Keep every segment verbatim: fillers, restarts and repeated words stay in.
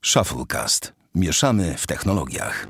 Shufflecast. Mieszamy w technologiach.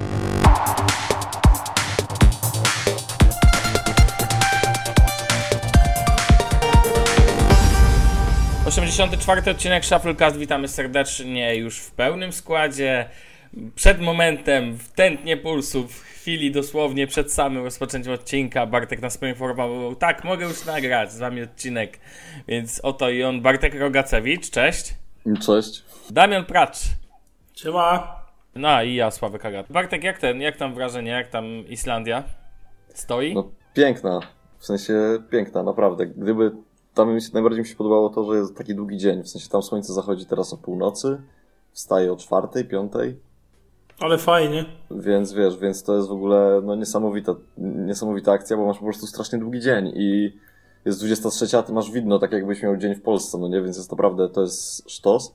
osiemdziesiąty czwarty odcinek Shufflecast. Witamy serdecznie już w pełnym składzie. Przed momentem, w tętnie pulsu, w chwili dosłownie przed samym rozpoczęciem odcinka Bartek nas poinformował: tak, mogę już nagrać z wami odcinek. Więc oto i on, Bartek Rogacewicz, cześć. Cześć. Damian Pracz. Siema. No i ja, Sławek Agat. Bartek, jak ten, jak tam wrażenie, jak tam Islandia stoi? No piękna, w sensie piękna, naprawdę. Gdyby tam mi się, najbardziej mi się podobało to, że jest taki długi dzień, w sensie tam słońce zachodzi teraz o północy, wstaje o czwartej, piątej. Ale fajnie. Więc wiesz, więc to jest w ogóle no niesamowita, niesamowita akcja, bo masz po prostu strasznie długi dzień i jest dwudziesta trzecia, a ty masz widno, tak jakbyś miał dzień w Polsce, no nie? Więc jest naprawdę, to jest sztos.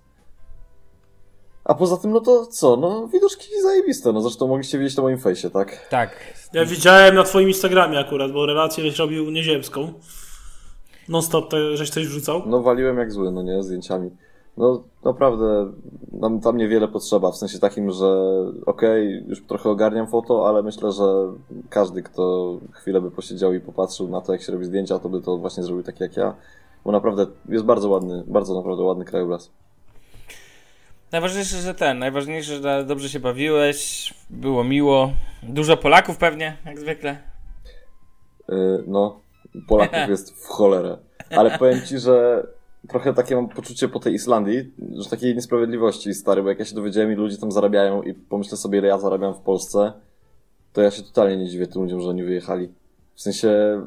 A poza tym, no to co? No widoczki zajebiste, no zresztą mogliście widzieć na moim fejsie, tak? Tak. Ja widziałem na twoim Instagramie akurat, bo relację żeś robił nieziemską. Non stop te, żeś coś wrzucał. No waliłem jak zły, no nie? Zdjęciami. No naprawdę, nam tam niewiele potrzeba, w sensie takim, że okej, okay, już trochę ogarniam foto, ale myślę, że każdy, kto chwilę by posiedział i popatrzył na to, jak się robi zdjęcia, to by to właśnie zrobił tak jak ja, bo naprawdę jest bardzo ładny, bardzo naprawdę ładny krajobraz. Najważniejsze, że ten, najważniejsze, że dobrze się bawiłeś, było miło, dużo Polaków pewnie, jak zwykle. Yy, no, Polaków jest w cholerę, ale powiem ci, że trochę takie mam poczucie po tej Islandii, że takiej niesprawiedliwości, stary, bo jak ja się dowiedziałem, ile ludzie tam zarabiają i pomyślę sobie, ile ja zarabiam w Polsce, to ja się totalnie nie dziwię tym ludziom, że oni wyjechali. W sensie,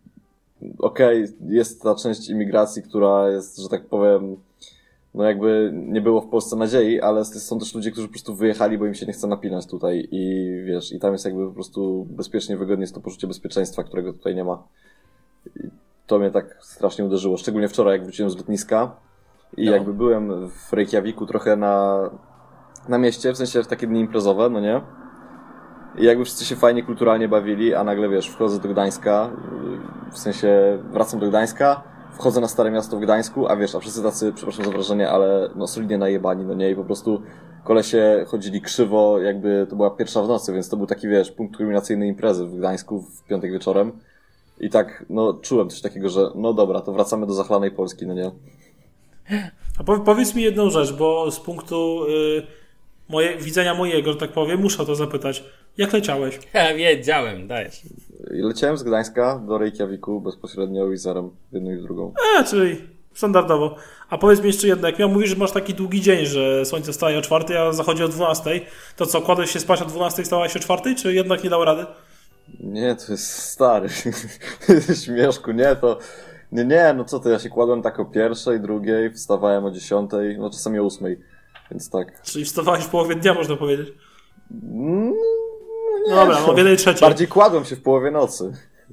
okej, okay, jest ta część imigracji, która jest, że tak powiem, no jakby nie było w Polsce nadziei, ale są też ludzie, którzy po prostu wyjechali, bo im się nie chce napinać tutaj i wiesz, i tam jest jakby po prostu bezpiecznie, wygodnie, jest to poczucie bezpieczeństwa, którego tutaj nie ma. I to mnie tak strasznie uderzyło, szczególnie wczoraj, jak wróciłem z lotniska i no. jakby byłem w Reykjaviku trochę na, na mieście, w sensie w takie dni imprezowe, no nie? I jakby wszyscy się fajnie, kulturalnie bawili, a nagle wiesz, wchodzę do Gdańska, w sensie wracam do Gdańska, wchodzę na Stare Miasto w Gdańsku, a wiesz, a wszyscy tacy, przepraszam za wrażenie, ale no solidnie najebani, no nie? I po prostu kolesie chodzili krzywo, jakby to była pierwsza w nocy, więc to był taki, wiesz, punkt kulminacyjny imprezy w Gdańsku w piątek wieczorem. I tak, no, czułem coś takiego, że no dobra, to wracamy do zachlanej Polski, no nie? A powiedz mi jedną rzecz, bo z punktu y, moje, widzenia mojego, że tak powiem, muszę to zapytać. Jak leciałeś? Ja wiedziałem, dajesz. Leciałem z Gdańska do Reykjaviku bezpośrednio Wizerem w jedną i w drugą. A, czyli standardowo. A powiedz mi jeszcze jedno, jak miał mówisz, że masz taki długi dzień, że słońce wstaje o czwartej, a zachodzi o dwunastej, to co, kładłeś się spać o dwunastej, stałaś o czwartej, czy jednak nie dał rady? Nie, to jest stary. Śmieszku, nie, to... Nie, nie, no co ty, ja się kładłem tak o pierwszej, drugiej, wstawałem o dziesiątej, no czasami o ósmej, więc tak. Czyli wstawałeś w połowie dnia, można powiedzieć? No, nie, no dobra, o jednej trzeciej. Bardziej kładłem się w połowie nocy.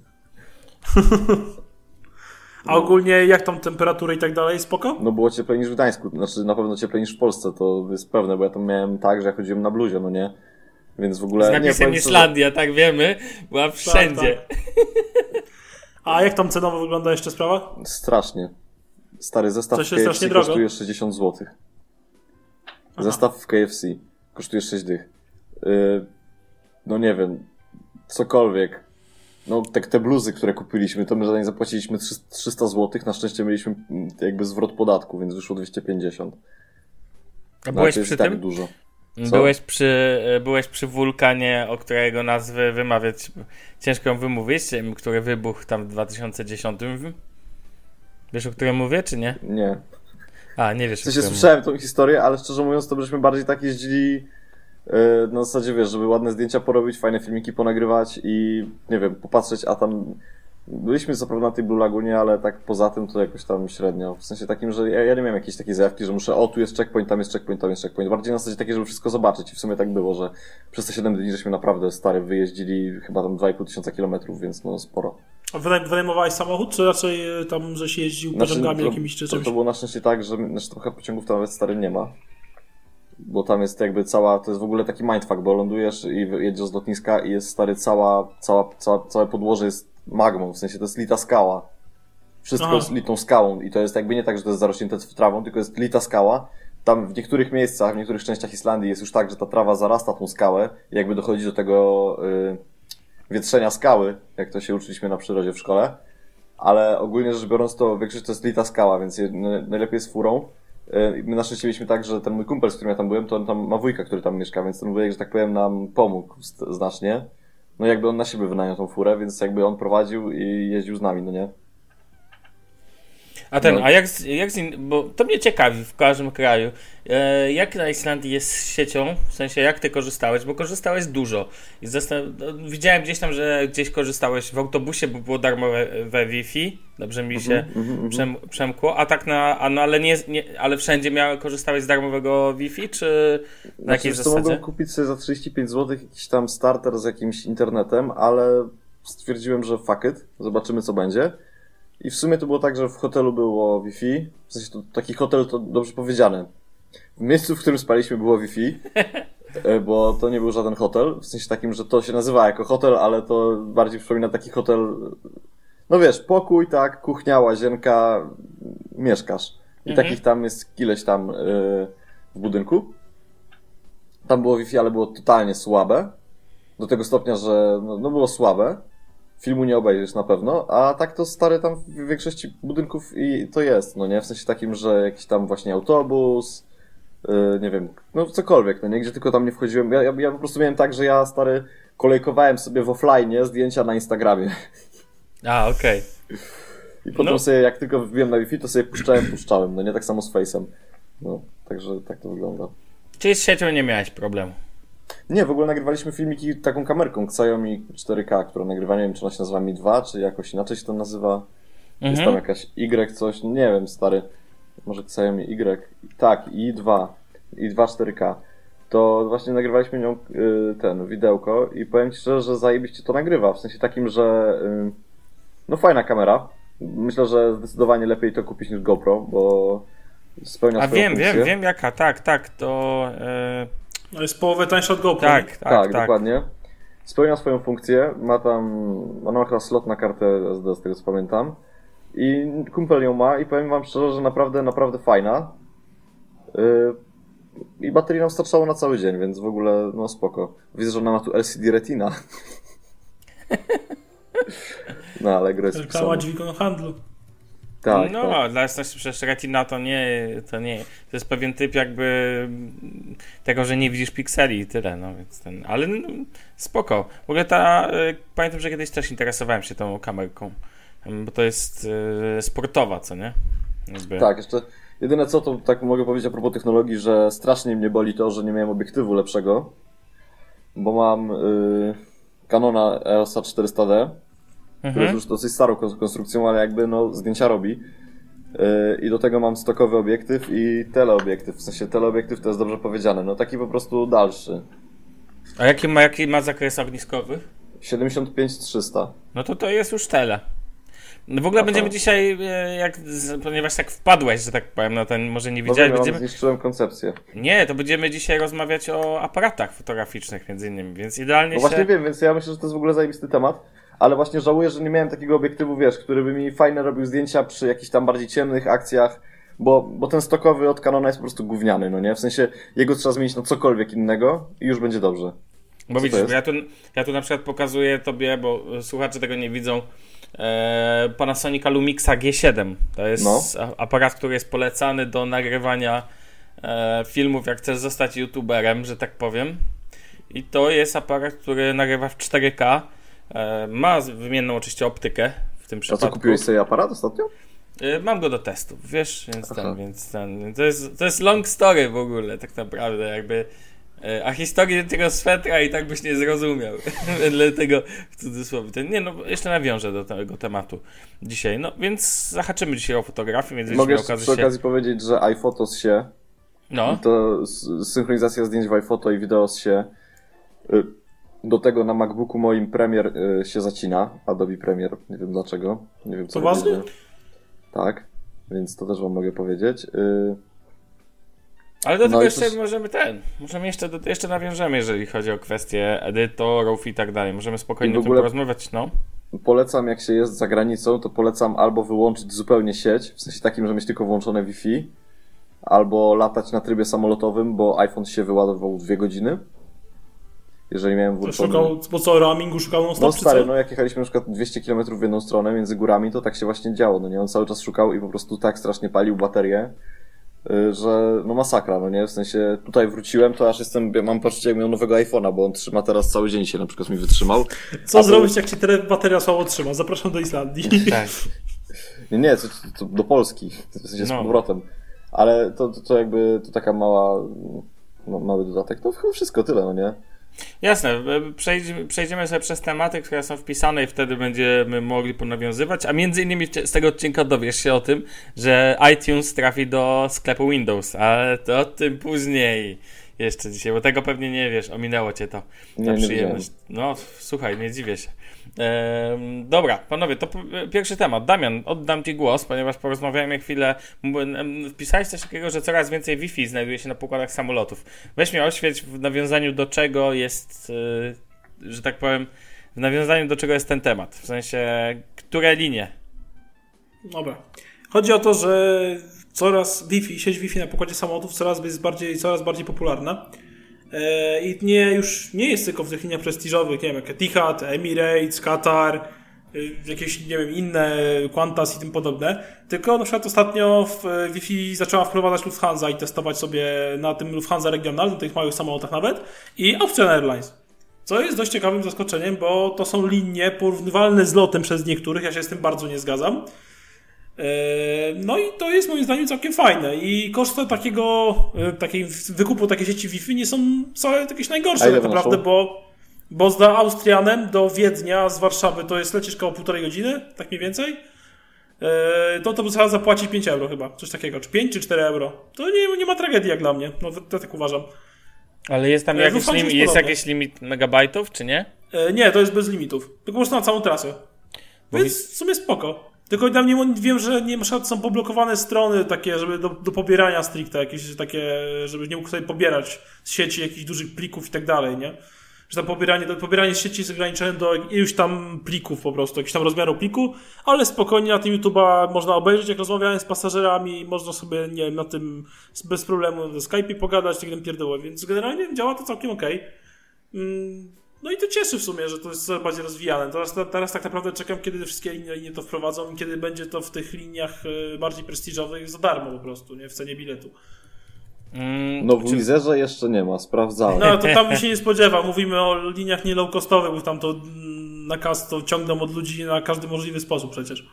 A ogólnie jak tam temperatury i tak dalej, spoko? No było cieplej niż w Gdańsku, znaczy na pewno cieplej niż w Polsce, to jest pewne, bo ja tam miałem tak, że ja chodziłem na bluzie, no nie? Więc w ogóle... Z napisem nie, Islandia, że... tak wiemy, była wszędzie. Tak, tak. A jak tam cenowo wygląda jeszcze sprawa? Strasznie. Stary zestaw w K F C kosztuje sześćdziesiąt złotych. Zestaw w K F C kosztuje sześć dych. Yy, no nie wiem, cokolwiek. No te, te bluzy, które kupiliśmy, to my za nie zapłaciliśmy trzysta złotych, na szczęście mieliśmy jakby zwrot podatku, więc wyszło dwieście pięćdziesiąt. A byłeś no, przy tak tym? Dużo. Co? Byłeś przy, byłeś przy wulkanie, o którego nazwy wymawiać ciężko ją wymówić, który wybuchł tam w dwa tysiące dziesiątym. Wiesz, o którym mówię, czy nie? Nie. A, nie wiesz. W sensie słyszałem tą historię, ale szczerze mówiąc, to byśmy bardziej tak jeździli yy, na zasadzie, wiesz, żeby ładne zdjęcia porobić, fajne filmiki ponagrywać i nie wiem, popatrzeć, a tam byliśmy co prawda na tej Blue Lagunie, ale tak poza tym to jakoś tam średnio. W sensie takim, że ja, ja nie miałem jakiejś takiej zajawki, że muszę, o tu jest checkpoint, tam jest checkpoint, tam jest checkpoint. Bardziej na zasadzie takiej, żeby wszystko zobaczyć i w sumie tak było, że przez te siedem dni żeśmy naprawdę stary wyjeździli chyba tam dwa i pół tysiąca kilometrów, więc no sporo. A wynaj- wynajmowałeś samochód, czy raczej tam, żeś jeździł znaczy, pociągami to, jakimiś czy czymś? To, to było na szczęście tak, że znaczy, trochę pociągów tam nawet stary nie ma. Bo tam jest jakby cała, to jest w ogóle taki mindfuck, bo lądujesz i jedziesz z lotniska i jest stary cała, cała, cała całe podłoże jest magmą, w sensie to jest lita skała. Wszystko Aha. jest litą skałą i to jest jakby nie tak, że to jest zarośnięte trawą, tylko jest lita skała tam w niektórych miejscach, w niektórych częściach Islandii jest już tak, że ta trawa zarasta tą skałę i jakby dochodzi do tego y, wietrzenia skały, jak to się uczyliśmy na przyrodzie w szkole, ale ogólnie rzecz biorąc to większość to jest lita skała, więc je, najlepiej jest furą. Y, my na szczęście mieliśmy tak, że ten mój kumpel, z którym ja tam byłem, to on tam ma wujka, który tam mieszka, więc ten wujek, że tak powiem, nam pomógł znacznie. No jakby on na siebie wynajął tą furę, więc jakby on prowadził i jeździł z nami, no nie? A ten, No. a jak, z- jak z in, bo to mnie ciekawi w każdym kraju, e, jak na Islandii jest z siecią, w sensie jak ty korzystałeś, bo korzystałeś dużo i zastan- no, widziałem gdzieś tam, że gdzieś korzystałeś w autobusie, bo było darmowe we Wi-Fi, dobrze mi się Mhm, mhm, przem, przemkło, a tak na, a no, ale nie, nie, ale wszędzie miał, korzystałeś z darmowego Wi-Fi, czy na Znaczy, jakiej wiesz co, zasadzie? mogłem kupić sobie za trzydzieści pięć złotych jakiś tam starter z jakimś internetem, ale stwierdziłem, że fuck it, zobaczymy co będzie. I w sumie to było tak, że w hotelu było Wi-Fi, w sensie to, taki hotel to dobrze powiedziane. W miejscu, w którym spaliśmy było Wi-Fi, e, bo to nie był żaden hotel, w sensie takim, że to się nazywa jako hotel, ale to bardziej przypomina taki hotel, no wiesz, pokój, tak, kuchnia, łazienka, mieszkasz. I Mhm. takich tam jest ileś tam e, w budynku. Tam było Wi-Fi, ale było totalnie słabe. Do tego stopnia, że no, no było słabe. Filmu nie obejrzysz na pewno, a tak to stary tam w większości budynków i to jest, no nie? W sensie takim, że jakiś tam właśnie autobus, yy, nie wiem, no cokolwiek, no nie? Gdzie tylko tam nie wchodziłem. Ja, ja, ja po prostu miałem tak, że ja stary kolejkowałem sobie w offline zdjęcia na Instagramie. A, okej. I potem No. sobie, jak tylko wbiłem na Wi-Fi, to sobie puszczałem, puszczałem, no nie? Tak samo z Face'em. No, także tak to wygląda. Czyli z siecią nie miałeś problemu. Nie, w ogóle nagrywaliśmy filmiki taką kamerką Xiaomi cztery K, którą nagrywa, nie wiem, czy ona się nazywa Mi dwa, czy jakoś inaczej się to nazywa. Jest Mhm. tam jakaś Y coś, nie wiem, stary. Może Xiaomi Y. Tak, i dwa. i dwa cztery K. To właśnie nagrywaliśmy nią y, ten, widełko i powiem ci szczerze, że zajebiście to nagrywa. W sensie takim, że y, no fajna kamera. Myślę, że zdecydowanie lepiej to kupić niż GoPro, bo spełnia A swoją wiem, funkcję. wiem, wiem jaka, tak, tak, to... E, No jest połowę tańsza od GoPro. tak, nie? tak, Tak, tak. dokładnie. Spełnia swoją funkcję, ma tam, ona ma chyba slot na kartę S D, z tego co pamiętam. I kumpel ją ma i powiem wam szczerze, że naprawdę, naprawdę fajna. Yy, I baterii nam starczało na cały dzień, więc w ogóle, no spoko. Widzę, że ona ma tu L C D Retina. No, ale gra jest Reklama wpisana. dźwigą handlu. Tak, no, tak. dla jasności przecież Retina to nie, to nie, to jest pewien typ jakby tego, że nie widzisz pikseli i tyle, no więc ten, ale no, spoko. W ogóle ta, y, pamiętam, że kiedyś też interesowałem się tą kamerką, y, bo to jest y, sportowa, co nie? Jakby. Tak, jeszcze jedyne co, to tak mogę powiedzieć a propos technologii, że strasznie mnie boli to, że nie miałem obiektywu lepszego, bo mam yy, Canona E O S A czterysta D, który Mhm. jest już dosyć starą kon- konstrukcją, ale jakby no zdjęcia robi. Yy, I do tego mam stokowy obiektyw i teleobiektyw. W sensie teleobiektyw to jest dobrze powiedziane, no taki po prostu dalszy. A jaki ma, jaki ma zakres ogniskowy? siedemdziesiąt pięć trzysta. No to to jest już tele. No w ogóle Aha. będziemy dzisiaj, e, jak, z, ponieważ tak wpadłeś, że tak powiem, no ten może nie No widziałeś, wiem, ja będziemy... wam zniszczyłem koncepcję. Nie, to będziemy dzisiaj rozmawiać o aparatach fotograficznych między innymi, więc idealnie No się... właśnie wiem, więc ja myślę, że to jest w ogóle zajebisty temat, ale właśnie żałuję, że nie miałem takiego obiektywu, wiesz, który by mi fajne robił zdjęcia przy jakichś tam bardziej ciemnych akcjach, bo, bo ten stokowy od Canona jest po prostu gówniany, no nie? W sensie jego trzeba zmienić na cokolwiek innego i już będzie dobrze. Bo Co widzisz, to bo ja tu, ja tu na przykład pokazuję tobie, bo słuchacze tego nie widzą, e, Panasonica Lumixa G siedem. To jest No. a- aparat, który jest polecany do nagrywania e, filmów, jak chcesz zostać youtuberem, że tak powiem. I to jest aparat, który nagrywa w cztery K. E, ma z- wymienną oczywiście optykę w tym A przypadku. co, kupiłeś sobie aparat ostatnio? E, Mam go do testów, wiesz, więc Aha. ten, więc ten, to jest, to jest long story w ogóle, tak naprawdę, jakby, e, a historię tego swetra i tak byś nie zrozumiał, dlatego w cudzysłowie, ten, nie no, jeszcze nawiążę do tego tematu dzisiaj, no, więc zahaczymy dzisiaj o fotografię, więc Mogę jeśli jeszcze okaże przy się, okazji powiedzieć, że iPhotos się, no, to s- synchronizacja zdjęć w iPhoto i Videos się, y, do tego na MacBooku moim Premiere y, się zacina, Adobe Premiere, nie wiem dlaczego, nie wiem co Poważnie? robię. Tak, więc to też wam mogę powiedzieć. Y, ale do tego no i jeszcze coś- możemy ten, możemy jeszcze, do, jeszcze nawiążemy, jeżeli chodzi o kwestie edytorów i tak dalej, możemy spokojnie I w o tym ogóle- porozmawiać, no. Polecam, jak się jest za granicą, to polecam albo wyłączyć zupełnie sieć, w sensie takim, że mieć tylko włączone Wi-Fi, albo latać na trybie samolotowym, bo iPhone się wyładował dwie godziny. Jeżeli miałem włączony... Szukał, bo co, roamingu szukał non stop, No stary, czy co? no jak jechaliśmy na przykład dwieście kilometrów w jedną stronę między górami, to tak się właśnie działo, no nie? On cały czas szukał i po prostu tak strasznie palił baterię, że no masakra, no nie? W sensie tutaj wróciłem, to aż jestem, mam poczucie jak miał nowego iPhone'a, bo on trzyma teraz cały dzień się na przykład mi wytrzymał. Co A zrobić, to... jak ci tyle bateria słabo trzyma? Zapraszam do Islandii. Tak. Nie, nie, to, to do Polski, w sensie z No. powrotem. Ale to, to, to jakby, to taka mała, no, mały dodatek, to chyba wszystko, tyle, no nie? Jasne, przejdziemy, przejdziemy sobie przez tematy, które są wpisane i wtedy będziemy mogli ponawiązywać, a między innymi z tego odcinka dowiesz się o tym, że iTunes trafi do sklepu Windows, ale to o tym później jeszcze dzisiaj, bo tego pewnie nie wiesz, ominęło cię to, ta Nie, nie przyjemność. No słuchaj, nie dziwię się. Ehm, dobra, panowie, to p- pierwszy temat. Damian, oddam ci głos, ponieważ porozmawiamy chwilę. M- Wpisałeś coś takiego, że coraz więcej Wi-Fi znajduje się na pokładach samolotów. Weź mnie oświeć, w nawiązaniu do czego jest, yy, że tak powiem, w nawiązaniu do czego jest ten temat. W sensie, które linie? Dobra. Chodzi o to, że coraz Wi-Fi, sieć Wi-Fi na pokładzie samolotów coraz jest bardziej, coraz bardziej popularna. I nie, już nie jest tylko w tych liniach prestiżowych, nie wiem, jak Etihad, Emirates, Qatar, jakieś, nie wiem, inne, Qantas i tym podobne, tylko na przykład ostatnio w Wi-Fi zaczęła wprowadzać Lufthansa i testować sobie na tym Lufthansa Regional, na tych małych samolotach nawet, i Austrian Airlines. Co jest dość ciekawym zaskoczeniem, bo to są linie porównywalne z lotem przez niektórych, ja się z tym bardzo nie zgadzam. No i to jest moim zdaniem całkiem fajne i koszty takiego takiej wykupu takiej sieci Wi-Fi nie są wcale jakieś najgorsze tak naprawdę, bo, bo z Austrianem do Wiednia z Warszawy to jest lecisz koło półtorej godziny, tak mniej więcej, to to by trzeba zapłacić pięć euro chyba, coś takiego, czy pięć czy cztery euro. To nie, nie ma tragedii jak dla mnie, no to tak uważam. Ale jest tam jakiś, lim, jest jest jakiś limit megabajtów, czy nie? Nie, to jest bez limitów, tylko można na całą trasę, bo więc w sumie spoko. Tylko tam nie wiem, że nie są poblokowane strony takie, żeby do, do pobierania stricte, jakieś takie, żeby nie mógł sobie pobierać z sieci jakichś dużych plików i tak dalej, nie? Że tam pobieranie, do, pobieranie z sieci jest ograniczone do iluś tam plików po prostu, jakiś tam rozmiaru pliku, ale spokojnie na tym YouTube'a można obejrzeć, jak rozmawiałem z pasażerami, można sobie, nie wiem, na tym bez problemu na Skype'ie pogadać, tak jak pierdoło, więc generalnie działa to całkiem okej. Okay. Mm. No i to cieszy w sumie, że to jest coraz bardziej rozwijane. Teraz, teraz tak naprawdę czekam, kiedy wszystkie linie, linie to wprowadzą i kiedy będzie to w tych liniach bardziej prestiżowych za darmo po prostu, nie w cenie biletu. Mm, no w czy... Wizerze jeszcze nie ma, sprawdzałem. No to tam się nie spodziewa. Mówimy o liniach nie low-costowych, bo tam to nakaz to ciągną od ludzi na każdy możliwy sposób przecież.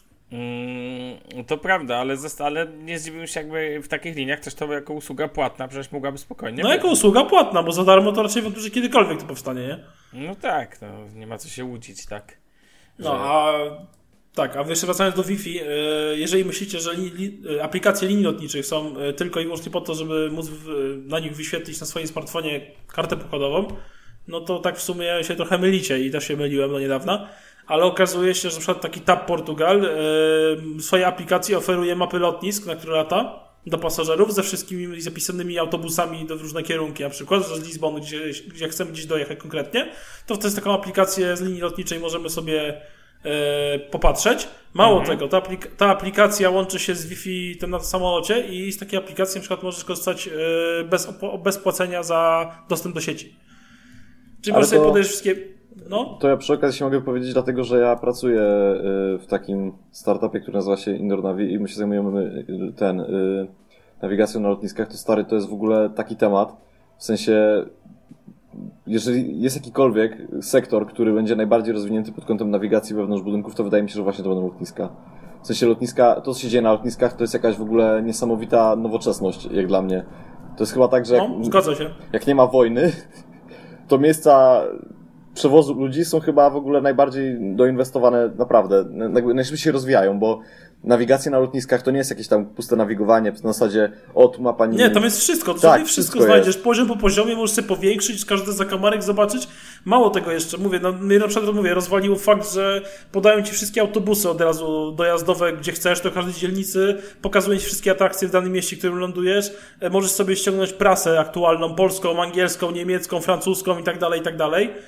Mm, to prawda, ale, ale nie zdziwiłem się, jakby w takich liniach też to jako usługa płatna, przecież mogłaby spokojnie No być. jako usługa płatna, bo za darmo to raczej wątpię, że kiedykolwiek to powstanie, nie? No tak, no, nie ma co się łudzić, tak. No a tak, a jeszcze wracając do Wi-Fi, jeżeli myślicie, że li, li, aplikacje linii lotniczych są tylko i wyłącznie po to, żeby móc w, na nich wyświetlić na swoim smartfonie kartę pokładową, no to tak w sumie się trochę mylicie i też się myliłem do niedawna. Ale okazuje się, że na przykład taki TAP Portugal yy, w swojej aplikacji oferuje mapy lotnisk, na które lata, do pasażerów, ze wszystkimi zapisanymi autobusami do różne kierunki, na przykład, że z Lizbonu, gdzie, gdzie chcemy gdzieś dojechać konkretnie, to to jest taką aplikację z linii lotniczej możemy sobie yy, popatrzeć. Mało mhm. tego, ta, aplik- ta aplikacja łączy się z Wi-Fi na samolocie i z takiej aplikacji na przykład możesz korzystać yy, bez, bez płacenia za dostęp do sieci. Czyli możesz to... sobie podejść wszystkie... No. To ja przy okazji się mogę powiedzieć, dlatego że ja pracuję w takim startupie, który nazywa się Indoor Navi i my się zajmujemy ten nawigacją na lotniskach. To stary, to jest w ogóle taki temat, w sensie jeżeli jest jakikolwiek sektor, który będzie najbardziej rozwinięty pod kątem nawigacji wewnątrz budynków, to wydaje mi się, że właśnie to będą lotniska. W sensie lotniska, to co się dzieje na lotniskach, to jest jakaś w ogóle niesamowita nowoczesność, jak dla mnie. To jest chyba tak, że jak, no, zgadza się. jak nie ma wojny, to miejsca przewozu ludzi są chyba w ogóle najbardziej doinwestowane, naprawdę, najszybciej się rozwijają, bo nawigacja na lotniskach to nie jest jakieś tam puste nawigowanie, w zasadzie, o tu ma pani... Nie, tam jest wszystko, to tak, sobie wszystko, wszystko znajdziesz, jest. Poziom po poziomie, możesz sobie powiększyć, każdy zakamarek zobaczyć. Mało tego jeszcze, mówię, no mnie na przykład, mówię, rozwalił fakt, że podają ci wszystkie autobusy od razu dojazdowe, gdzie chcesz, do każdej dzielnicy, pokazują ci wszystkie atrakcje w danym mieście, w którym lądujesz, możesz sobie ściągnąć prasę aktualną, polską, angielską, niemiecką, francuską i tak dalej, i tak dalej.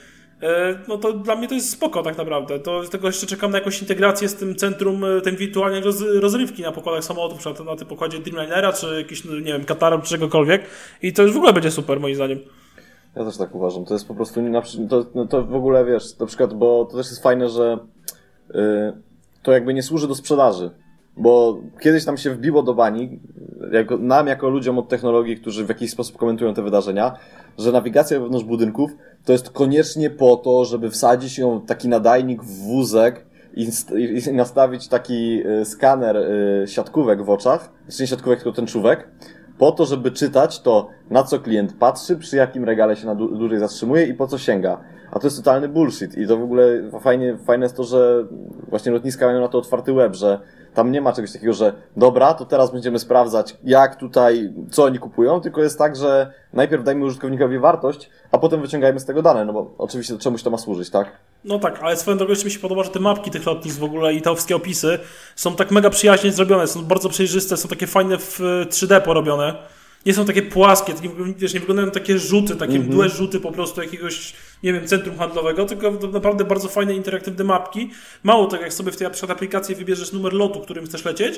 no to dla mnie to jest spoko tak naprawdę. To tego jeszcze czekam na jakąś integrację z tym centrum, tym wirtualnej roz, rozrywki na pokładach samochodów, na, na tym pokładzie Dreamlinera, czy jakiś, nie wiem, Kataru, czy czegokolwiek. I to już w ogóle będzie super, moim zdaniem. Ja też tak uważam. To jest po prostu, to, no to w ogóle wiesz, na przykład, bo to też jest fajne, że yy, to jakby nie służy do sprzedaży. Bo kiedyś tam się wbiło do bani, jako, nam jako ludziom od technologii, którzy w jakiś sposób komentują te wydarzenia, że nawigacja wewnątrz budynków to jest koniecznie po to, żeby wsadzić ją taki nadajnik w wózek i, i, i nastawić taki y, skaner y, siatkówek w oczach, znaczy nie siatkówek, tylko tęczówek, po to, żeby czytać to, na co klient patrzy, przy jakim regale się na dłu- dłużej zatrzymuje i po co sięga. A to jest totalny bullshit i to w ogóle fajnie, fajne jest to, że właśnie lotniska mają na to otwarty web, że tam nie ma czegoś takiego, że dobra, to teraz będziemy sprawdzać, jak tutaj, co oni kupują, tylko jest tak, że najpierw dajmy użytkownikowi wartość, a potem wyciągajmy z tego dane, no bo oczywiście czemuś to ma służyć, tak? No tak, ale swoją drogą jeszcze mi się podoba, że te mapki tych lotnisk w ogóle i te wszystkie opisy są tak mega przyjaźnie zrobione, są bardzo przejrzyste, są takie fajne w trzy D porobione. Nie są takie płaskie, takie, wiesz, nie wyglądają takie rzuty, takie mm-hmm. mdłe rzuty po prostu jakiegoś, nie wiem, centrum handlowego, tylko naprawdę bardzo fajne, interaktywne mapki. Mało tego, jak sobie w tej na przykład aplikacji wybierzesz numer lotu, którym chcesz lecieć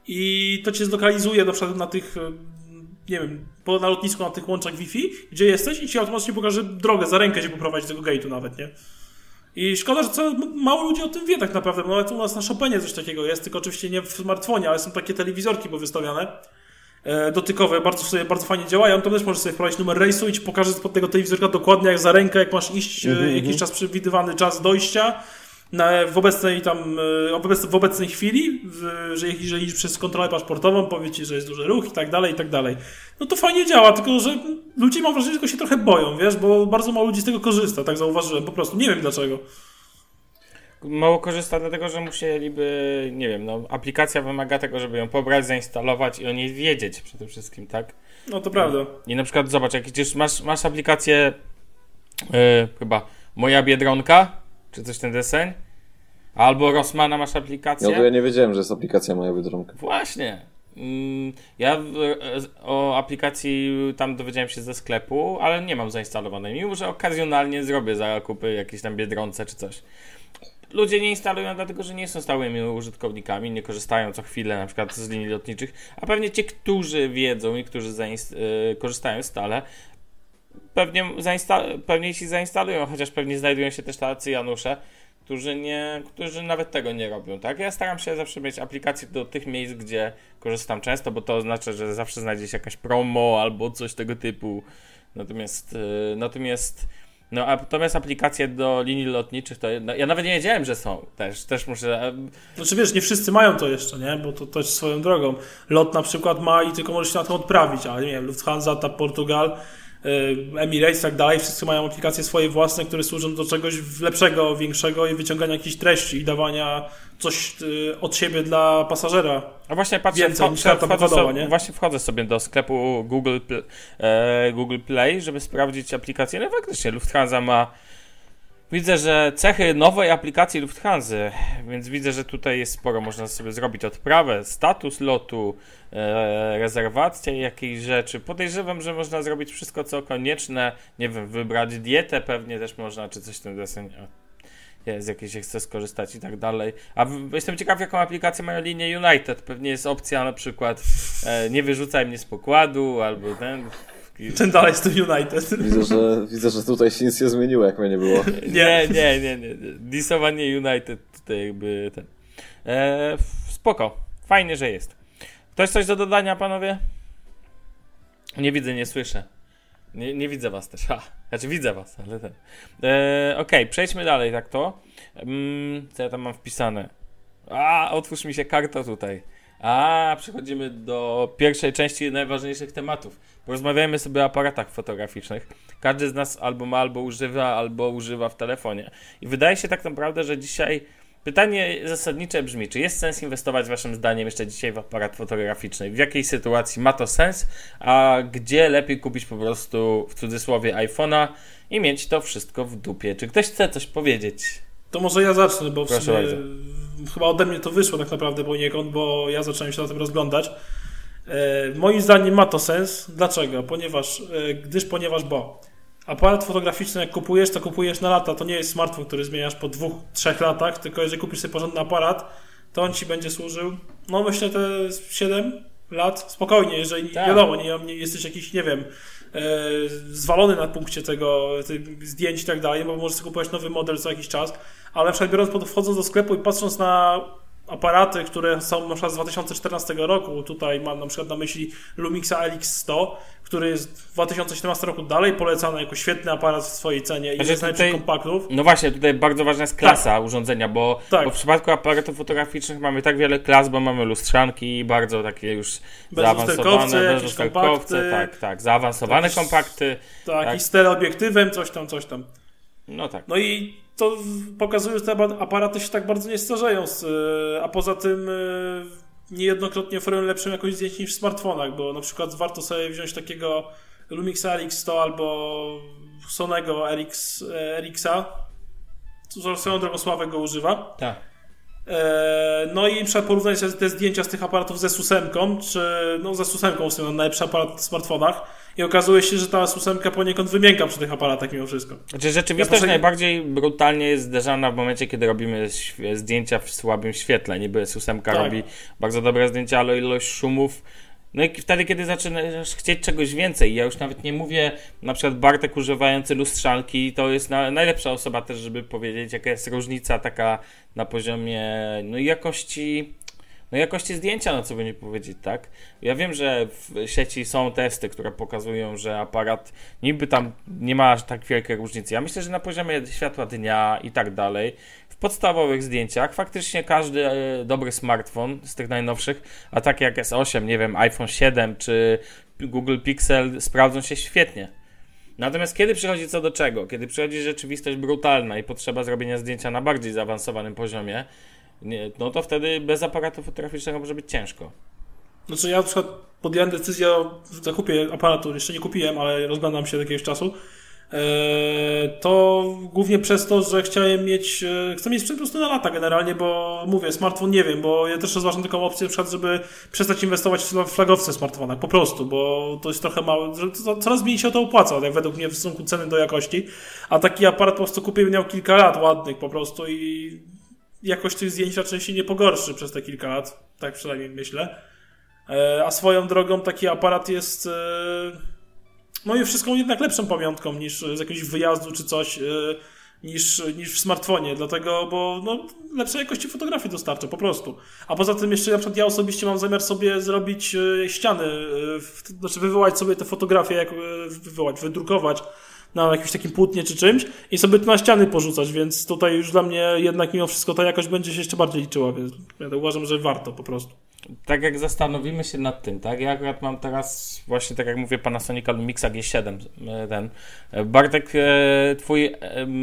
i to cię zlokalizuje na przykład na tych, nie wiem, na lotnisku, na tych łączach Wi-Fi, gdzie jesteś i ci automatycznie pokaże drogę, za rękę cię poprowadzi do tego gate'u nawet, nie? I szkoda, że co, mało ludzi o tym wie tak naprawdę, bo nawet u nas na Chopinie coś takiego jest, tylko oczywiście nie w smartfonie, ale są takie telewizorki powystawiane, dotykowe, bardzo sobie bardzo fajnie działają, to też możesz sobie wprowadzić numer rejsu i ci pokaże spod tego telewizorka dokładnie jak za rękę, jak masz iść, mm-hmm. jakiś czas przewidywany czas dojścia na, w obecnej tam, w obecnej chwili, w, że jeżeli idziesz przez kontrolę paszportową, powie ci, że jest duży ruch i tak dalej, i tak dalej. No to fajnie działa, tylko że ludzie, mam wrażenie, że tylko się trochę boją, wiesz, bo bardzo mało ludzi z tego korzysta, tak zauważyłem, po prostu, nie wiem dlaczego. Mało korzysta dlatego, że musieliby, nie wiem, no aplikacja wymaga tego, żeby ją pobrać, zainstalować i o niej wiedzieć przede wszystkim, tak? No to prawda. I na przykład zobacz, jak idziesz, masz, masz aplikację yy, chyba Moja Biedronka, czy coś ten deseń, albo Rossmana masz aplikację. No to ja nie wiedziałem, że jest aplikacja Moja Biedronka. Właśnie. Ja o aplikacji tam dowiedziałem się ze sklepu, ale nie mam zainstalowanej, mimo że okazjonalnie zrobię zakupy jakieś tam Biedronce czy coś. Ludzie nie instalują dlatego, że nie są stałymi użytkownikami, nie korzystają co chwilę na przykład z linii lotniczych, a pewnie ci, którzy wiedzą i którzy zainst- yy, korzystają stale, pewnie, zainsta- pewnie jeśli zainstalują, chociaż pewnie znajdują się też tacy Janusze, którzy, nie, którzy nawet tego nie robią, tak? Ja staram się zawsze mieć aplikację do tych miejsc, gdzie korzystam często, bo to oznacza, że zawsze znajdzie się jakaś promo albo coś tego typu. Natomiast, yy, natomiast No, a natomiast aplikacje do linii lotniczych, to no, ja nawet nie wiedziałem, że są. Też, też muszę... Znaczy wiesz, nie wszyscy mają to jeszcze, nie? Bo to też swoją drogą. Lot na przykład ma i tylko możesz się na tym odprawić, ale nie wiem, Lufthansa, ta Portugal, Emirates i tak dalej, wszyscy mają aplikacje swoje własne, które służą do czegoś lepszego, większego i wyciągania jakichś treści i dawania coś od siebie dla pasażera. A właśnie patrzę, Więcej niż karta pokładowa, nie? Właśnie wchodzę sobie do sklepu Google, e, Google Play, żeby sprawdzić aplikację. No faktycznie Lufthansa ma... Widzę, że cechy nowej aplikacji Lufthansa, więc widzę, że tutaj jest sporo. Można sobie zrobić odprawę, status lotu, e, rezerwację jakiejś rzeczy. Podejrzewam, że można zrobić wszystko, co konieczne. Nie wiem, wybrać dietę pewnie też można, czy coś w tym deseń. Z jakiej się chce skorzystać i tak dalej. A w, jestem ciekaw, jaką aplikację mają linie United. Pewnie jest opcja na przykład e, nie wyrzucaj mnie z pokładu, albo ten... Ten dalej z tym United. Widzę, że, widzę, że tutaj się nic nie zmieniło, jak mnie nie było. Nie, nie, nie, nie. Disowanie United tutaj jakby ten. E, spoko. Fajnie, że jest. Ktoś coś do dodania, panowie? Nie widzę, nie słyszę. Nie, nie widzę was też. Ha, znaczy widzę was, ale ten. E, Okej, okay, przejdźmy dalej, tak to. Mm, co ja tam mam wpisane? A, otwórz mi się karta tutaj. A, przechodzimy do pierwszej części najważniejszych tematów. Porozmawiajmy sobie o aparatach fotograficznych. Każdy z nas albo ma, albo używa, albo używa w telefonie. I wydaje się tak naprawdę, że dzisiaj pytanie zasadnicze brzmi, czy jest sens inwestować waszym zdaniem jeszcze dzisiaj w aparat fotograficzny? W jakiej sytuacji ma to sens? A gdzie lepiej kupić po prostu w cudzysłowie iPhone'a i mieć to wszystko w dupie? Czy ktoś chce coś powiedzieć? To może ja zacznę, bo w Proszę sumie bardzo. chyba ode mnie to wyszło tak naprawdę poniekąd, bo ja zacząłem się na tym rozglądać. E, moim zdaniem ma to sens. Dlaczego? Ponieważ, e, gdyż, ponieważ, bo aparat fotograficzny jak kupujesz, to kupujesz na lata. To nie jest smartfon, który zmieniasz po dwóch, trzech latach, tylko jeżeli kupisz sobie porządny aparat, to on ci będzie służył, no myślę, te siedem lat spokojnie, jeżeli tak. wiadomo, nie, nie jesteś jakiś, nie wiem, e, zwalony na punkcie tego, tych zdjęć i tak dalej, bo możesz sobie kupować nowy model co jakiś czas, ale na przykład biorąc pod, wchodząc do sklepu i patrząc na aparaty, które są na przykład z dwa tysiące czternastego roku, tutaj mam na przykład na myśli Lumixa L X sto, który jest w dwa tysiące siedemnastym roku dalej polecany jako świetny aparat w swojej cenie i jest najlepszych kompaktów. No właśnie, tutaj bardzo ważna jest klasa tak. urządzenia, bo, tak. bo w przypadku aparatów fotograficznych mamy tak wiele klas, bo mamy lustrzanki, bardzo takie już zaawansowane, bezlusterkowce, tak, tak, zaawansowane tak, kompakty. Tak, tak, i z teleobiektywem, coś tam, coś tam. No tak. No i to pokazuje, że te aparaty się tak bardzo nie starzeją, a poza tym niejednokrotnie oferują lepszą jakość zdjęć niż w smartfonach, bo na przykład warto sobie wziąć takiego Lumixa L X sto albo Sonego R X, R X-a, co swoją drogą Sławek go używa. Tak. No i na przykład porównać te zdjęcia z tych aparatów ze Susemką, czy no ze Susemką w sumie najlepszy aparat w smartfonach i okazuje się, że ta Susemka poniekąd wymięka przy tych aparatach mimo wszystko. Znaczy rzeczywistość ja najbardziej brutalnie jest zderzana w momencie, kiedy robimy zdjęcia w słabym świetle. Niby Susemka tak. robi bardzo dobre zdjęcia, ale ilość szumów. No i wtedy, kiedy zaczynasz chcieć czegoś więcej, ja już nawet nie mówię, na przykład Bartek używający lustrzanki, to jest na, najlepsza osoba też, żeby powiedzieć, jaka jest różnica taka na poziomie no jakości, no jakości zdjęcia, no co by nie powiedzieć, tak? Ja wiem, że w sieci są testy, które pokazują, że aparat niby tam nie ma aż tak wielkiej różnicy. Ja myślę, że na poziomie światła dnia i tak dalej, w podstawowych zdjęciach faktycznie każdy e, dobry smartfon z tych najnowszych, a takie jak S osiem, nie wiem, iPhone siedem czy Google Pixel sprawdzą się świetnie. Natomiast kiedy przychodzi co do czego? Kiedy przychodzi rzeczywistość brutalna i potrzeba zrobienia zdjęcia na bardziej zaawansowanym poziomie, nie, no to wtedy bez aparatu fotograficznego może być ciężko. Znaczy ja na przykład podjąłem decyzję o zakupie aparatu, jeszcze nie kupiłem, ale rozglądam się od jakiegoś czasu. To głównie przez to, że chciałem mieć, chcę mieć sprzęt po prostu na lata generalnie, bo mówię, smartfon nie wiem, bo ja też rozważam taką opcję na przykład, żeby przestać inwestować w flagowce w smartfonach, po prostu, bo to jest trochę małe, coraz mniej się to opłaca, jak według mnie w stosunku ceny do jakości, a taki aparat po prostu kupię, miał kilka lat ładnych po prostu i jakość tych zdjęć raczej się nie pogorszy przez te kilka lat, tak przynajmniej myślę, a swoją drogą taki aparat jest no i wszystko jednak lepszą pamiątką niż z jakiegoś wyjazdu czy coś, yy, niż, niż w smartfonie, dlatego, bo no, lepszej jakości fotografii dostarcza, po prostu. A poza tym jeszcze na przykład ja osobiście mam zamiar sobie zrobić yy, ściany, yy, w, znaczy wywołać sobie te fotografie, jak yy, wywołać, wydrukować na jakimś takim płótnie czy czymś i sobie to na ściany porzucać, więc tutaj już dla mnie jednak mimo wszystko ta jakość będzie się jeszcze bardziej liczyła, więc ja uważam, że warto po prostu. Tak jak zastanowimy się nad tym, tak? Ja akurat mam teraz właśnie, tak jak mówię, Panasonica Lumixa G siedem, ten. Bartek, twój,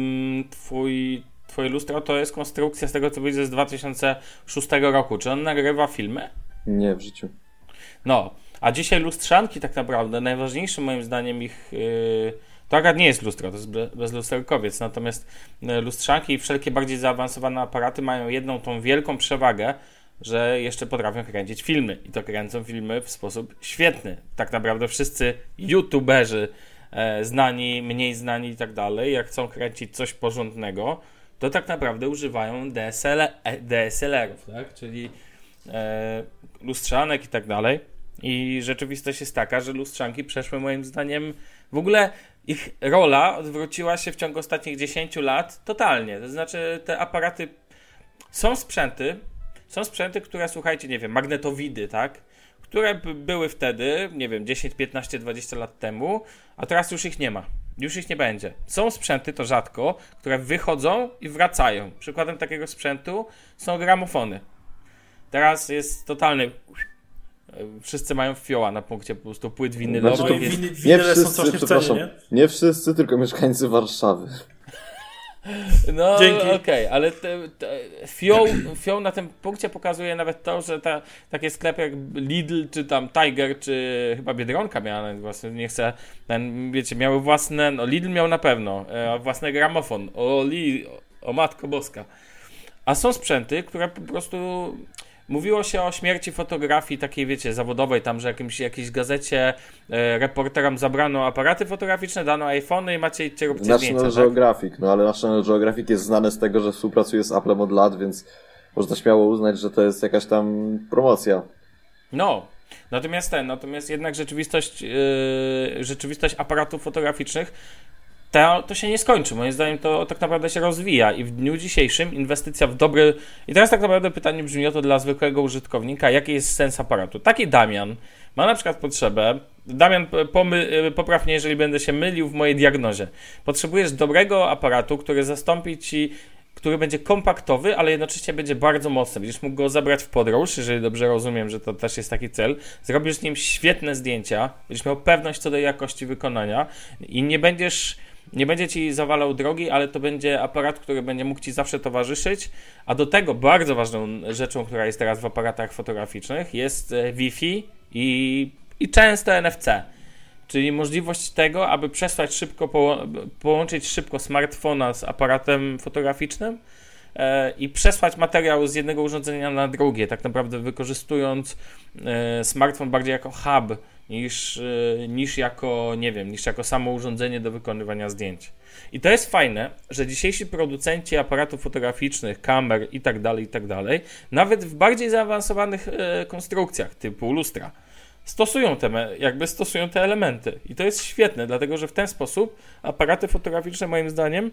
twój, twoje lustro to jest konstrukcja z tego, co widzę, z dwa tysiące szóstego roku. Czy on nagrywa filmy? Nie, w życiu. No, a dzisiaj lustrzanki tak naprawdę, najważniejszym moim zdaniem ich... To akurat nie jest lustro, to jest bezlusterkowiec, natomiast lustrzanki i wszelkie bardziej zaawansowane aparaty mają jedną tą wielką przewagę, że jeszcze potrafią kręcić filmy i to kręcą filmy w sposób świetny. Tak naprawdę wszyscy youtuberzy e, znani, mniej znani i tak dalej, jak chcą kręcić coś porządnego, to tak naprawdę używają D S L, D S L R-ów, tak? Czyli e, lustrzanek i tak dalej. I rzeczywistość jest taka, że lustrzanki przeszły moim zdaniem, w ogóle ich rola odwróciła się w ciągu ostatnich dziesięciu lat totalnie. To znaczy te aparaty, są sprzęty, Są sprzęty, które, słuchajcie, nie wiem, magnetowidy, tak? Które b- były wtedy, nie wiem, dziesięć, piętnaście, dwadzieścia lat temu, a teraz już ich nie ma. Już ich nie będzie. Są sprzęty, to rzadko, które wychodzą i wracają. Przykładem takiego sprzętu są gramofony. Teraz jest totalny... Wszyscy mają fioła na punkcie po prostu płyt winylowych. Znaczy, jest... winy, nie wszyscy, przepraszam, nie? nie wszyscy, tylko mieszkańcy Warszawy. No okej, okay, ale te, te, fioł, fioł na tym punkcie pokazuje nawet to, że ta, takie sklepy jak Lidl, czy tam Tiger, czy chyba Biedronka miała własne, nie chcę, ten, wiecie, miały własne, no Lidl miał na pewno, e, własny gramofon, o, li, o matko boska. A są sprzęty, które po prostu mówiło się o śmierci fotografii takiej, wiecie, zawodowej, tam, że jakimś, jakiejś gazecie e, reporterom zabrano aparaty fotograficzne, dano iPhony i macie idźcie róbcie National zdjęcia, tak? Geographic, no ale National Geographic jest znane z tego, że współpracuje z Applem od lat, więc można śmiało uznać, że to jest jakaś tam promocja. No, natomiast ten, natomiast jednak rzeczywistość, yy, rzeczywistość aparatów fotograficznych to, to się nie skończy. Moim zdaniem to tak naprawdę się rozwija i w dniu dzisiejszym inwestycja w dobry... I teraz tak naprawdę pytanie brzmi o to dla zwykłego użytkownika, jaki jest sens aparatu. Taki Damian ma na przykład potrzebę, Damian, pomy, popraw mnie, jeżeli będę się mylił w mojej diagnozie. Potrzebujesz dobrego aparatu, który zastąpi ci, który będzie kompaktowy, ale jednocześnie będzie bardzo mocny. Będziesz mógł go zabrać w podróż, jeżeli dobrze rozumiem, że to też jest taki cel. Zrobisz z nim świetne zdjęcia, będziesz miał pewność co do jakości wykonania i nie będziesz... Nie będzie ci zawalał drogi, ale to będzie aparat, który będzie mógł ci zawsze towarzyszyć, a do tego bardzo ważną rzeczą, która jest teraz w aparatach fotograficznych, jest Wi-Fi i, i często N F C, czyli możliwość tego, aby przesłać szybko, po, połączyć szybko smartfona z aparatem fotograficznym e, i przesłać materiał z jednego urządzenia na drugie, tak naprawdę wykorzystując e, smartfon bardziej jako hub, niż, niż jako, nie wiem, niż jako samo urządzenie do wykonywania zdjęć. I to jest fajne, że dzisiejsi producenci aparatów fotograficznych, kamer i tak dalej, i tak dalej, nawet w bardziej zaawansowanych e, konstrukcjach typu lustra, stosują te, jakby stosują te elementy. I to jest świetne, dlatego że w ten sposób aparaty fotograficzne moim zdaniem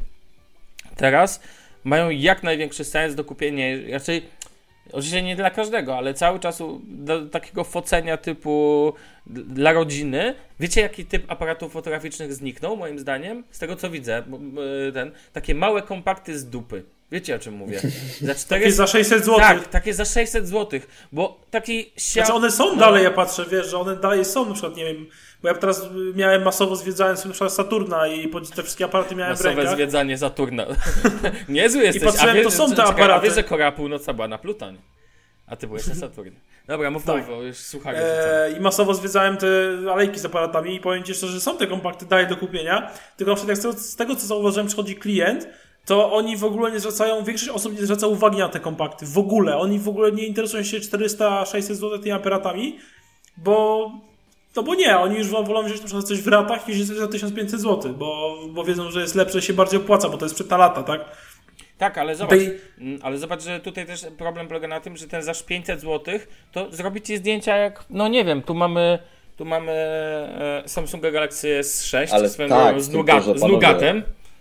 teraz mają jak największy sens do kupienia, raczej oczywiście nie dla każdego, ale cały czas do takiego focenia typu dla rodziny. Wiecie, jaki typ aparatów fotograficznych zniknął, moim zdaniem? Z tego, co widzę, ten, takie małe kompakty z dupy. Wiecie, o czym mówię? Za czterysta... Takie za sześćset złotych. Tak, takie za sześćset złotych, bo taki... Znaczy one są no. dalej, ja patrzę, wiesz, że one dalej są, na przykład, nie wiem, bo ja teraz miałem masowo zwiedzając sobie na przykład Saturna i te wszystkie aparaty miałem Masowe w rękach. Masowe zwiedzanie Saturna. Niezły jesteś. I patrzyłem, a wiesz, to są te czekaj, aparaty. A wiesz, że Korea Północna była na Plutonie. A ty byłeś na Saturnie. Dobra, mów tak. mów, już słuchaj. Eee, I masowo zwiedzałem te alejki z aparatami i powiem ci szczerze, że są te kompakty dalej do kupienia, tylko na przykład z tego, z tego co zauważyłem, przychodzi klient, to oni w ogóle nie zwracają, większość osób nie zwraca uwagi na te kompakty, w ogóle. Oni w ogóle nie interesują się czterysta sześćset złotych tymi aparatami, bo no bo nie, oni już wolą wziąć na przykład coś w ratach niż za tysiąc pięćset złotych, bo, bo wiedzą, że jest lepsze, się bardziej opłaca, bo to jest przed na lata, tak? Tak, ale zobacz, Tej... ale zobacz, że tutaj też problem polega na tym, że ten za pięćset złotych to zrobi ci zdjęcia jak, no nie wiem, tu mamy tu mamy e, Samsunga Galaxy S sześć ale swoją tak, z, nuga, tylko, z Nugatem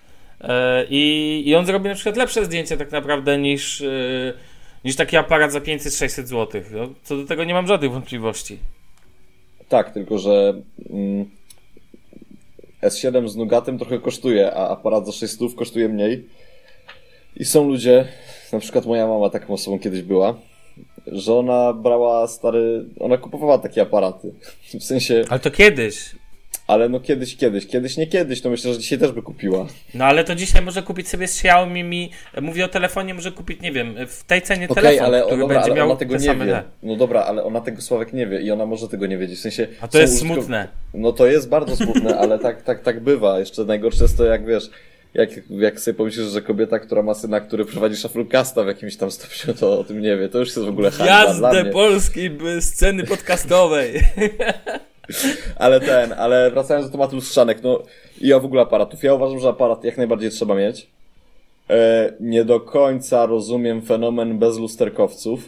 e, i, i on zrobi na przykład lepsze zdjęcia tak naprawdę niż, e, niż taki aparat za pięćset sześćset złotych. No, co do tego nie mam żadnych wątpliwości. Tak, tylko że mm, S siedem z Nugatem trochę kosztuje, a aparat za sześćset kosztuje mniej. I są ludzie, na przykład moja mama taką osobą kiedyś była, że ona brała stary, ona kupowała takie aparaty. W sensie... Ale to kiedyś. Ale no kiedyś, kiedyś. Kiedyś, nie kiedyś, to myślę, że dzisiaj też by kupiła. No ale to dzisiaj może kupić sobie z Xiaomi Mi, mówię o telefonie, może kupić, nie wiem, w tej cenie okay, telefon, ale, który dobra, będzie ale miał ona tego te nie same wie. te. No dobra, ale ona tego, Sławek, nie wie i ona może tego nie wiedzieć. W sensie... A to jest użytkow... smutne. No to jest bardzo smutne, ale tak, tak, tak bywa. Jeszcze najgorsze jest to, jak wiesz, jak, jak sobie pomyślisz, że kobieta, która ma syna, który prowadzi Shufflecasta w jakimś tam stopniu, to o tym nie wie. To już jest w ogóle hańba dla mnie. Jazdę polskiej sceny podcastowej. Ale ten, ale wracając do tematu lustrzanek, no i ja w ogóle aparatów. Ja uważam, że aparat jak najbardziej trzeba mieć. E, nie do końca rozumiem fenomen bezlusterkowców.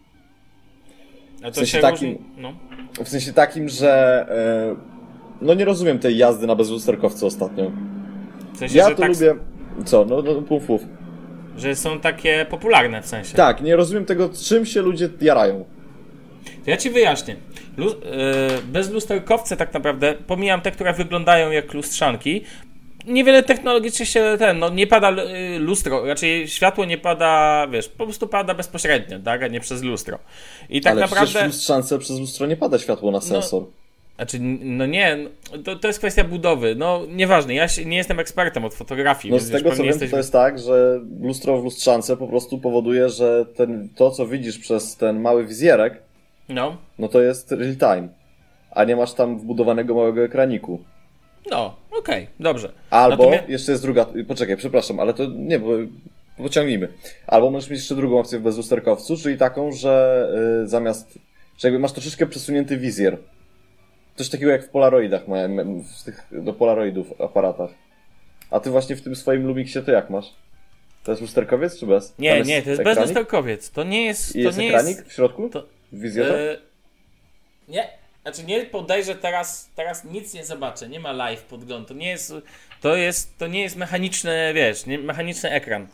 A to w sensie się takim, różni... no. w sensie takim, że e, no nie rozumiem tej jazdy na bezlusterkowcu ostatnio. W sensie, ja że to tak... lubię. Co? No, no puf, puf. Że są takie popularne w sensie. Tak, nie rozumiem tego, czym się ludzie jarają. To ja ci wyjaśnię. Lu- yy, bezlusterkowce tak naprawdę, pomijam te, które wyglądają jak lustrzanki, niewiele technologicznie się ten, no nie pada y, lustro, raczej światło nie pada, wiesz, po prostu pada bezpośrednio, tak, a nie przez lustro. I tak ale naprawdę... przecież w lustrzance przez lustro nie pada światło na sensor. No, znaczy, no nie, to, to jest kwestia budowy, no nieważne, ja się, nie jestem ekspertem od fotografii. No więc z tego co wiem, jesteś... to jest tak, że lustro w lustrzance po prostu powoduje, że ten, to co widzisz przez ten mały wizjerek, no, no to jest real time, a nie masz tam wbudowanego małego ekraniku. No, okej, okay, dobrze. Albo Natomiast... jeszcze jest druga, poczekaj, przepraszam, ale to nie, bo pociągnijmy. Albo możesz mieć jeszcze drugą opcję w bezlusterkowcu, czyli taką, że y, zamiast, że jakby masz troszeczkę przesunięty wizjer. Coś takiego jak w polaroidach, w tych do polaroidów aparatach. A ty właśnie w tym swoim Lumixie to jak masz? To jest lusterkowiec czy bez? Nie, nie, to jest ekranik? Bezlusterkowiec. To nie jest... I to jest nie ekranik jest, w środku? To, w wizjerze? Yy, nie, znaczy nie podejrzę teraz, teraz nic nie zobaczę, nie ma live podglądu. To nie jest, to jest, to nie jest mechaniczny, wiesz, nie, mechaniczny ekran.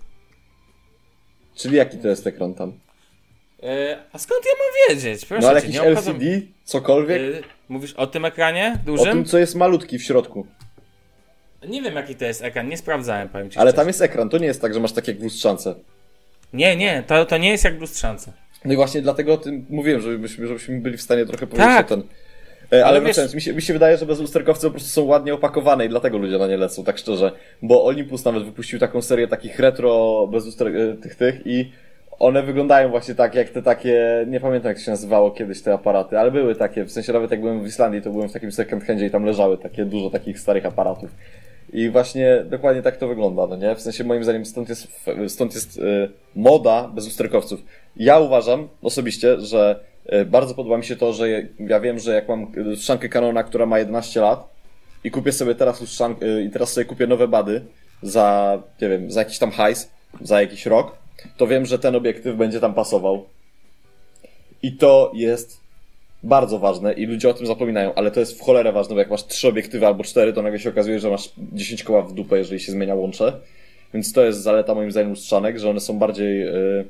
Czyli jaki to jest ekran tam? Yy, a skąd ja mam wiedzieć? Proszę no ale cię, jakiś nie L C D? Cokolwiek? Yy, mówisz o tym ekranie dużym? O tym, co jest malutki w środku. Nie wiem, jaki to jest ekran, nie sprawdzałem, powiem ci Ale szczerze. tam jest ekran, to nie jest tak, że masz tak jak w lustrzance. Nie, nie, to, to nie jest jak w lustrzance. No i właśnie dlatego o tym mówiłem, żebyśmy, żebyśmy byli w stanie trochę powiedzieć tak. o ten... Ale, ale wiesz... wracając, mi się, mi się wydaje, że bezlusterkowce po prostu są ładnie opakowane i dlatego ludzie na nie lecą, tak szczerze. Bo Olympus nawet wypuścił taką serię takich retro bezluster... tych tych i one wyglądają właśnie tak jak te takie, nie pamiętam jak się nazywało kiedyś te aparaty, ale były takie, w sensie nawet jak byłem w Islandii, to byłem w takim second handzie i tam leżały takie dużo takich starych aparatów. I właśnie dokładnie tak to wygląda, no nie? W sensie moim zdaniem stąd jest, stąd jest y, moda bezlusterkowców. Ja uważam osobiście, że y, bardzo podoba mi się to, że je, ja wiem, że jak mam lustrzankę Canona, która ma jedenaście lat i kupię sobie teraz lustrzankę y, i teraz sobie kupię nowe bady za, nie wiem, za jakiś tam hajs, za jakiś rok, to wiem, że ten obiektyw będzie tam pasował. I to jest bardzo ważne i ludzie o tym zapominają, ale to jest w cholerę ważne, bo jak masz trzy obiektywy albo cztery, to nagle się okazuje, że masz dziesięć koła w dupę, jeżeli się zmienia łącze. Więc to jest zaleta moim zdaniem lustrzanek, że one są bardziej yy,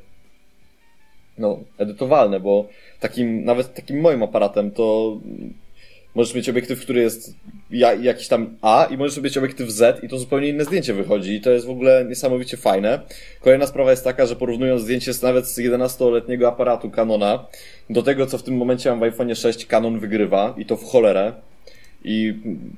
no, edytowalne, bo takim, nawet takim moim aparatem to możesz mieć obiektyw, który jest ja, jakiś tam A i możesz mieć obiektyw Z i to zupełnie inne zdjęcie wychodzi i to jest w ogóle niesamowicie fajne. Kolejna sprawa jest taka, że porównując zdjęcie z nawet z jedenastoletniego aparatu Canona do tego, co w tym momencie mam w iPhone sześć, Canon wygrywa i to w cholerę i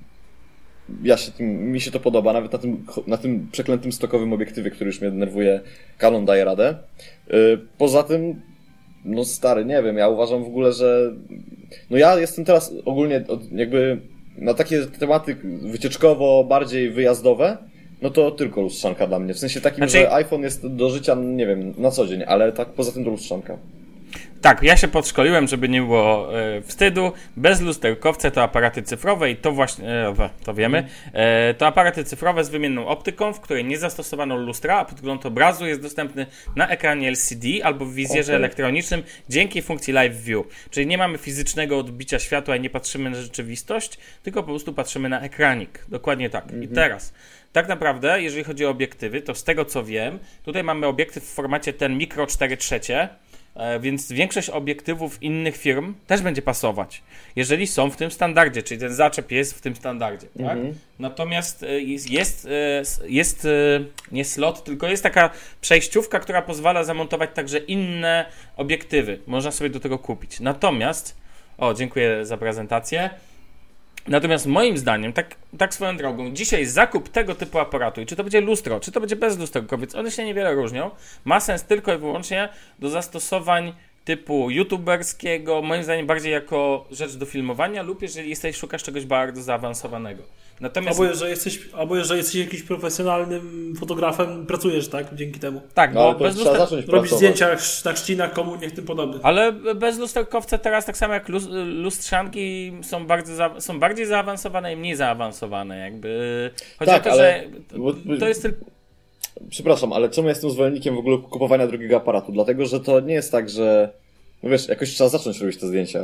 ja się tym, mi się to podoba, nawet na tym, na tym przeklętym stokowym obiektywie, który już mnie denerwuje, Canon daje radę. Poza tym no stary, nie wiem, ja uważam w ogóle, że no ja jestem teraz ogólnie jakby na takie tematy wycieczkowo bardziej wyjazdowe, no to tylko lustrzanka dla mnie. W sensie takim, znaczy... że iPhone jest do życia, nie wiem, na co dzień, ale tak poza tym to lustrzanka. Tak, ja się podszkoliłem, żeby nie było e, wstydu. Bezlusterkowce to aparaty cyfrowe i to właśnie, e, to wiemy, e, to aparaty cyfrowe z wymienną optyką, w której nie zastosowano lustra, a podgląd obrazu jest dostępny na ekranie L C D albo w wizjerze okay. elektronicznym dzięki funkcji Live View. Czyli nie mamy fizycznego odbicia światła i nie patrzymy na rzeczywistość, tylko po prostu patrzymy na ekranik. Dokładnie tak. Mm-hmm. I teraz, tak naprawdę, jeżeli chodzi o obiektywy, to z tego co wiem, tutaj mamy obiektyw w formacie ten mikro cztery trzecie, więc większość obiektywów innych firm też będzie pasować, jeżeli są w tym standardzie, czyli ten zaczep jest w tym standardzie, tak? Mm-hmm. Natomiast jest, jest, jest nie slot, tylko jest taka przejściówka, która pozwala zamontować także inne obiektywy. Można sobie do tego kupić. Natomiast, o, dziękuję za prezentację. Natomiast moim zdaniem, tak, tak swoją drogą, dzisiaj zakup tego typu aparatu, i czy to będzie lustro, czy to będzie bezlusterkowiec, one się niewiele różnią, ma sens tylko i wyłącznie do zastosowań typu youtuberskiego, moim zdaniem bardziej jako rzecz do filmowania lub jeżeli jesteś, szukasz czegoś bardzo zaawansowanego. Natomiast... Albo jeżeli jesteś, albo jeżeli jesteś jakimś profesjonalnym fotografem, pracujesz, tak? Dzięki temu. Tak, no, bo bez luster... robisz zdjęcia na chrzcinach, komuniach, tym podobnych. Ale bezlusterkowce teraz, tak samo jak lustrzanki, są, bardzo za... są bardziej zaawansowane i mniej zaawansowane. Jakby... Chodzi tak, o to, ale... że to jest tylko... Przepraszam, ale czemu jestem zwolennikiem w ogóle kupowania drugiego aparatu? Dlatego, że to nie jest tak, że... No wiesz, jakoś trzeba zacząć robić te zdjęcia.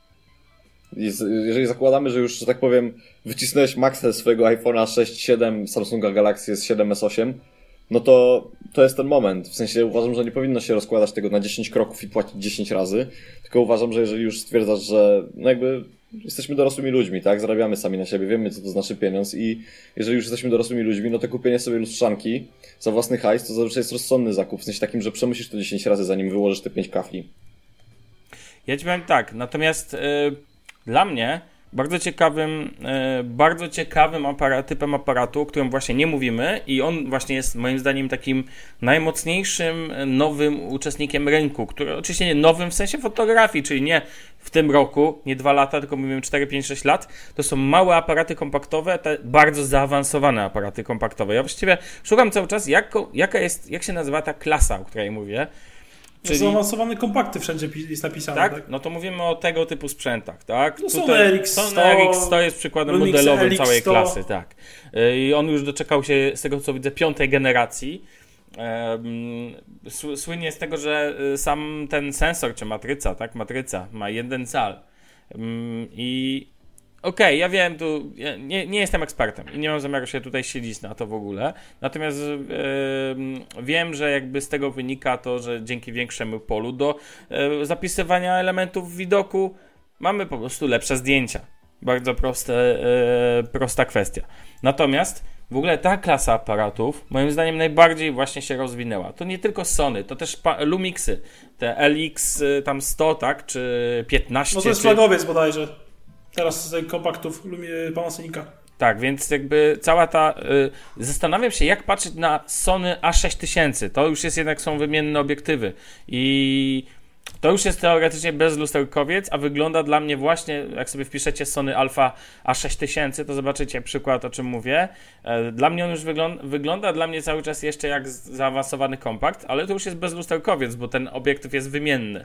Jeżeli zakładamy, że już, że tak powiem, wycisnąłeś maksę swojego iPhone'a sześć, siedem, Samsunga Galaxy S siedem, S osiem, no to to jest ten moment. W sensie uważam, że nie powinno się rozkładać tego na dziesięć kroków i płacić dziesięć razy, tylko uważam, że jeżeli już stwierdzasz, że no jakby jesteśmy dorosłymi ludźmi, tak? Zarabiamy sami na siebie, wiemy, co to znaczy pieniądz i jeżeli już jesteśmy dorosłymi ludźmi, no to kupienie sobie lustrzanki za własny hajs to zazwyczaj jest rozsądny zakup, w sensie takim, że przemyślisz to dziesięć razy, zanim wyłożysz te pięć kafli. Ja ci powiem tak, natomiast yy, dla mnie bardzo ciekawym, e, bardzo ciekawym apara- typem aparatu, o którym właśnie nie mówimy i on właśnie jest moim zdaniem takim najmocniejszym nowym uczestnikiem rynku, który oczywiście nie nowym w sensie fotografii, czyli nie w tym roku, nie dwa lata, tylko mówimy cztery, pięć, sześć lat. To są małe aparaty kompaktowe, te bardzo zaawansowane aparaty kompaktowe. Ja właściwie szukam cały czas, jak, jaka jest, jak się nazywa ta klasa, o której mówię. Czyli... Zaawansowane kompakty wszędzie jest napisane, tak? tak? No to mówimy o tego typu sprzętach, tak? No Sony R X sto, Sony R X sto jest przykładem Lumix modelowym L X sto. całej klasy, tak. I on już doczekał się, z tego co widzę, piątej generacji. Słynie z tego, że sam ten sensor, czy matryca, tak? Matryca ma jeden cal. I okej, okay, ja wiem, tu ja nie, nie jestem ekspertem i nie mam zamiaru się tutaj siedzieć na to w ogóle, natomiast yy, wiem, że jakby z tego wynika to, że dzięki większemu polu do yy, zapisywania elementów widoku mamy po prostu lepsze zdjęcia. Bardzo proste, yy, prosta kwestia. Natomiast w ogóle ta klasa aparatów moim zdaniem najbardziej właśnie się rozwinęła. To nie tylko Sony, to też pa- Lumixy, te L X tam sto, tak, czy piętnaście. No to jest czy... flagowiec bodajże. Teraz z kompaktów Panasonica. Tak, więc jakby cała ta... Y, zastanawiam się, jak patrzeć na Sony A sześć tysięcy. To już jest jednak, są wymienne obiektywy. I to już jest teoretycznie bezlusterkowiec, a wygląda dla mnie właśnie, jak sobie wpiszecie Sony Alpha A sześć tysięcy, to zobaczycie przykład, o czym mówię. Y, dla mnie on już wygląda, wygląda dla mnie cały czas jeszcze jak zaawansowany kompakt, ale to już jest bezlusterkowiec, bo ten obiektyw jest wymienny.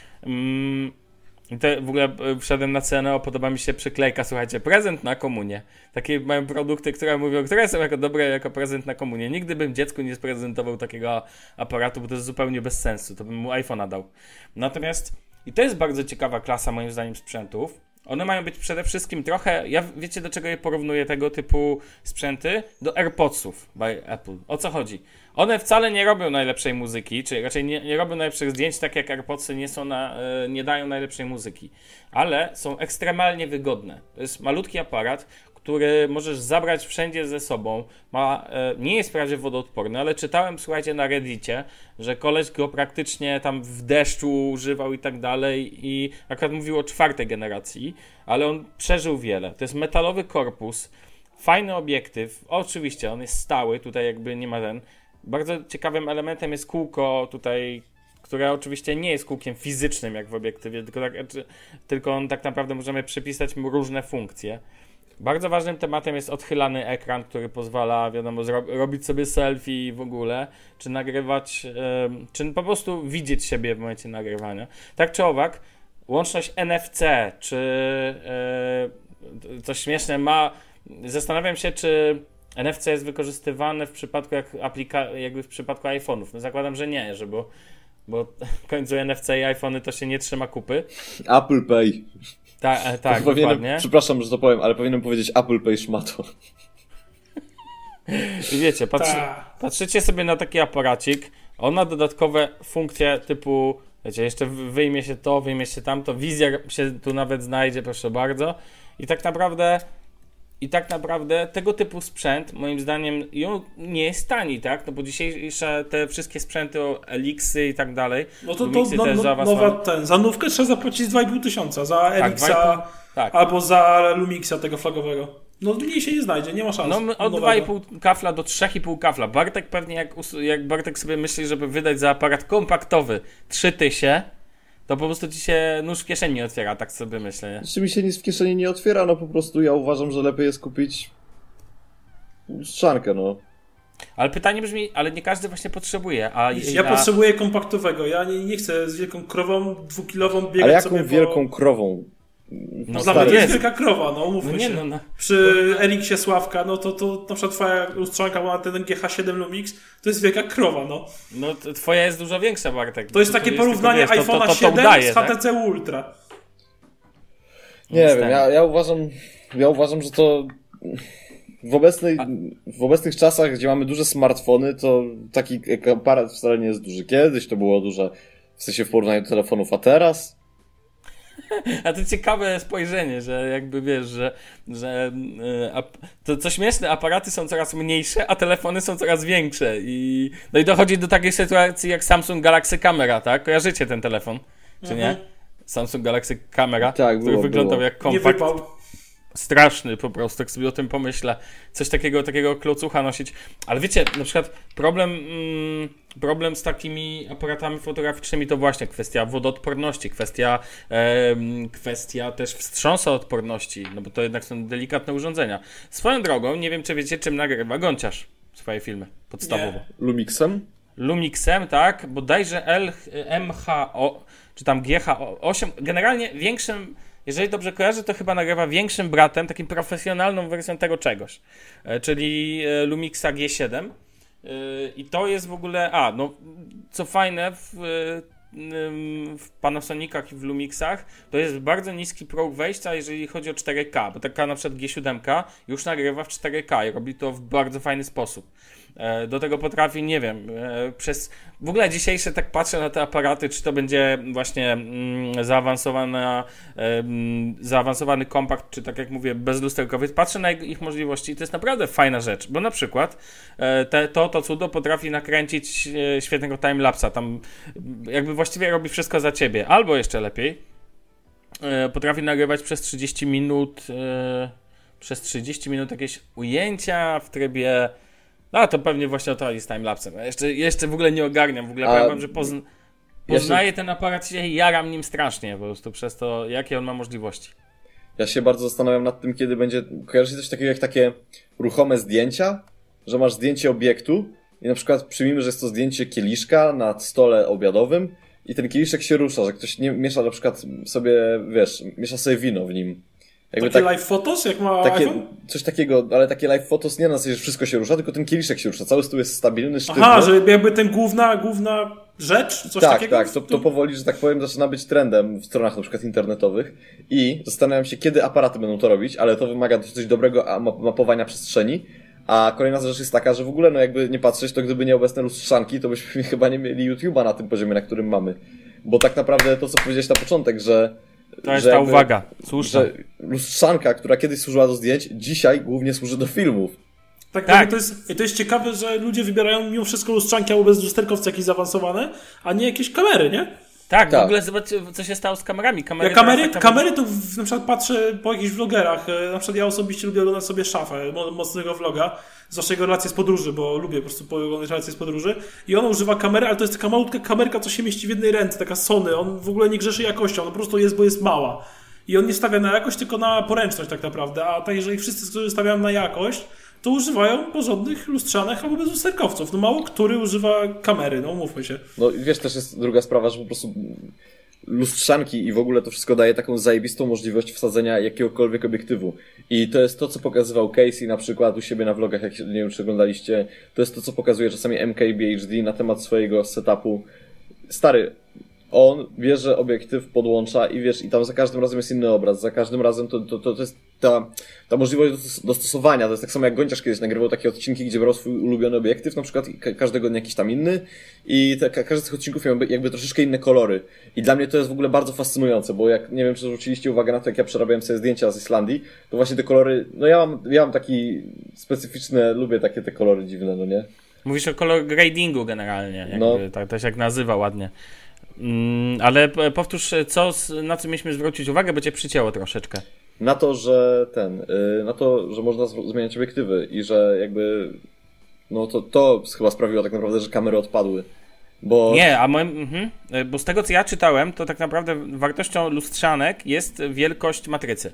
Mm. I to w ogóle wszedłem na C N O, podoba mi się przyklejka, słuchajcie, prezent na komunię. Takie mają produkty, które mówią, które są jako dobre jako prezent na komunię. Nigdy bym dziecku nie sprezentował takiego aparatu, bo to jest zupełnie bez sensu, to bym mu iPhone'a dał. Natomiast, i to jest bardzo ciekawa klasa moim zdaniem sprzętów. One mają być przede wszystkim trochę, ja wiecie do czego je porównuję tego typu sprzęty? Do AirPodsów by Apple. O co chodzi? One wcale nie robią najlepszej muzyki, czyli raczej nie, nie robią najlepszych zdjęć, tak jak AirPodsy nie, są na, nie dają najlepszej muzyki, ale są ekstremalnie wygodne. To jest malutki aparat, który możesz zabrać wszędzie ze sobą. Ma, nie jest wprawdzie wodoodporny, ale czytałem, słuchajcie, na Reddicie, że koleś go praktycznie tam w deszczu używał i tak dalej i akurat mówił o czwartej generacji, ale on przeżył wiele. To jest metalowy korpus, fajny obiektyw, oczywiście on jest stały, tutaj jakby nie ma ten. Bardzo ciekawym elementem jest kółko tutaj, które oczywiście nie jest kółkiem fizycznym jak w obiektywie, tylko, tak, tylko on tak naprawdę możemy przypisać mu różne funkcje. Bardzo ważnym tematem jest odchylany ekran, który pozwala, wiadomo, zro- robić sobie selfie w ogóle, czy nagrywać, yy, czy po prostu widzieć siebie w momencie nagrywania. Tak czy owak, łączność N F C, czy yy, coś śmieszne ma, zastanawiam się, czy N F C jest wykorzystywane w przypadku jak aplika- jakby w przypadku iPhone'ów. No zakładam, że nie, że bo, bo w końcu N F C i iPhony to się nie trzyma kupy. Apple Pay. Ta, e, tak, dokładnie. Przepraszam, że to powiem, ale powinienem powiedzieć Apple Pay szmato. I wiecie, patrzy, patrzycie sobie na taki aparacik, on ma dodatkowe funkcje typu, wiecie, jeszcze wyjmie się to, wyjmie się tamto, wizjer się tu nawet znajdzie, proszę bardzo. I tak naprawdę I tak naprawdę tego typu sprzęt, moim zdaniem, ją nie jest tani, tak? No bo dzisiejsze te wszystkie sprzęty, L X-y i tak dalej. No to, to no, no, nowa ten, za nówkę trzeba zapłacić dwa i pół tysiąca, za L X-a tak, albo za Lumixa tego flagowego. No mniej się nie znajdzie, nie ma szans. No od dwa i pół kafla do trzy i pół kafla. Bartek pewnie jak, jak Bartek sobie myśli, żeby wydać za aparat kompaktowy trzy tysiące, to po prostu ci się nóż w kieszeni nie otwiera, tak sobie myślę, nie? Czy mi się nic w kieszeni nie otwiera, no po prostu ja uważam, że lepiej jest kupić lustrzankę, no. Ale pytanie brzmi, ale nie każdy właśnie potrzebuje. A ja, ja potrzebuję kompaktowego, ja nie, nie chcę z wielką krową, dwukilową biegać ale jaką sobie wielką po... krową? No dla mnie to jest wielka krowa, no umówmy no nie, się. No, no. Przy L X-ie Sławka, no to, to na przykład twoja lustrzanka ma ten G H siedem Lumix, to jest wielka krowa, no. No to twoja jest dużo większa, Bartek. To jest takie porównanie iPhone'a siedem z H T C tak? Ultra. Nie no, wiem, ja, ja uważam, ja uważam, że to w, obecnej, w obecnych czasach, gdzie mamy duże smartfony, to taki aparat wcale nie jest duży. Kiedyś to było duże, w sensie w porównaniu do telefonów, a teraz... A to ciekawe spojrzenie, że jakby wiesz, że, że yy, to co śmieszne, aparaty są coraz mniejsze, a telefony są coraz większe i no i dochodzi do takiej sytuacji jak Samsung Galaxy Camera, tak? Kojarzycie ten telefon, czy mhm. nie? Samsung Galaxy Camera, tak, który było, wyglądał było. jak kompakt. Nie wypał. straszny po prostu, jak sobie o tym pomyślę. Coś takiego, takiego klocucha nosić. Ale wiecie, na przykład problem, mm, problem z takimi aparatami fotograficznymi to właśnie kwestia wodoodporności, kwestia, e, kwestia też wstrząsoodporności, no bo to jednak są delikatne urządzenia. Swoją drogą, nie wiem czy wiecie, czym nagrywa Gonciarz swoje filmy podstawowo. Nie. Lumixem? Lumixem, tak, bodajże L, M H O, czy tam G H osiem, generalnie większym, jeżeli dobrze kojarzę, to chyba nagrywa większym bratem, takim profesjonalną wersją tego czegoś, czyli Lumixa G siedem i to jest w ogóle, a no co fajne w, w Panasonicach i w Lumixach, to jest bardzo niski próg wejścia, jeżeli chodzi o cztery K, bo taka na przykład G siedem już nagrywa w cztery K i robi to w bardzo fajny sposób. Do tego potrafi, nie wiem, przez w ogóle dzisiejsze tak patrzę na te aparaty, czy to będzie właśnie mm, zaawansowana, mm, zaawansowany kompakt, czy tak jak mówię, bezlusterkowy, patrzę na ich możliwości i to jest naprawdę fajna rzecz, bo na przykład te, to, to cudo potrafi nakręcić świetnego timelapsa, tam jakby właściwie robi wszystko za ciebie, albo jeszcze lepiej, potrafi nagrywać przez trzydzieści minut, przez trzydzieści minut jakieś ujęcia w trybie. No to pewnie właśnie o to chodzi z timelapsem. Ja jeszcze, jeszcze w ogóle nie ogarniam. W ogóle A, powiem wam, że pozn- poznaję jeszcze... ten aparat i jaram nim strasznie po prostu przez to, jakie on ma możliwości. Ja się bardzo zastanawiam nad tym, kiedy będzie... Kojarzycie coś takiego jak takie ruchome zdjęcia? Że masz zdjęcie obiektu i na przykład przyjmijmy, że jest to zdjęcie kieliszka na stole obiadowym i ten kieliszek się rusza, że ktoś nie miesza na przykład sobie, wiesz, miesza sobie wino w nim. Jakby takie tak, live photos, jak ma takie, iPhone? Coś takiego, ale takie live photos nie na zasadzie, że wszystko się rusza, tylko ten kieliszek się rusza. Cały stół jest stabilny, sztywny. Aha, że jakby ten główna, główna rzecz, coś tak, takiego? Tak, tak. To, to powoli, że tak powiem, zaczyna być trendem w stronach na przykład internetowych i zastanawiam się, kiedy aparaty będą to robić, ale to wymaga dosyć dobrego mapowania przestrzeni. A kolejna rzecz jest taka, że w ogóle, no jakby nie patrzeć, to gdyby nie obecne lustrzanki, to byśmy chyba nie mieli YouTube'a na tym poziomie, na którym mamy. Bo tak naprawdę to, co powiedziałeś na początek, że To jest ta jakby, uwaga, słuszna. Że lustrzanka, która kiedyś służyła do zdjęć, dzisiaj głównie służy do filmów. Tak, tak. To, jest, to jest ciekawe, że ludzie wybierają mimo wszystko lustrzanki albo bez lusterkowce jakieś zaawansowane, a nie jakieś kamery, nie? Tak, tak, w ogóle zobaczcie, co się stało z kamerami. Kamery, ja kamery, tak kamery to w, na przykład patrzę po jakichś vlogerach. Na przykład ja osobiście lubię oglądać sobie Szafę, mocnego vloga, zwłaszcza jego relacje z podróży, bo lubię po prostu oglądać relacje z podróży. I on używa kamery, ale to jest taka malutka kamerka, co się mieści w jednej ręce, taka Sony. On w ogóle nie grzeszy jakością, on po prostu jest, bo jest mała. I on nie stawia na jakość, tylko na poręczność tak naprawdę. A tak jeżeli wszyscy, którzy stawiają na jakość, to używają porządnych lustrzanych albo bez lusterkowców. No mało który używa kamery, no umówmy się. No i wiesz, też jest druga sprawa, że po prostu lustrzanki i w ogóle to wszystko daje taką zajebistą możliwość wsadzenia jakiegokolwiek obiektywu. I to jest to, co pokazywał Casey na przykład u siebie na vlogach, jak nie wiem, czy oglądaliście. To jest to, co pokazuje czasami M K B H D na temat swojego setupu. Stary, on bierze obiektyw, podłącza i wiesz, i tam za każdym razem jest inny obraz, za każdym razem to, to, to, to jest ta, ta możliwość dostosowania, to jest tak samo jak Gonciarz kiedyś nagrywał takie odcinki, gdzie brał swój ulubiony obiektyw, na przykład ka- każdego dnia jakiś tam inny i te, ka- każdy z tych odcinków miał jakby troszeczkę inne kolory i dla mnie to jest w ogóle bardzo fascynujące, bo jak, nie wiem, czy zwróciliście uwagę na to, jak ja przerabiałem sobie zdjęcia z Islandii, to właśnie te kolory, no ja mam, ja mam taki specyficzny, lubię takie te kolory dziwne, no nie? Mówisz o color gradingu generalnie, jakby, no. tak to się jak nazywa ładnie. Mm, ale powtórz, co, na co mieliśmy zwrócić uwagę, bo cię przycięło troszeczkę. Na to, że ten, na to, że można zmieniać obiektywy i że jakby, no to, to chyba sprawiło tak naprawdę, że kamery odpadły. Bo... Nie, a moim, mhm, bo z tego co ja czytałem, to tak naprawdę wartością lustrzanek jest wielkość matrycy.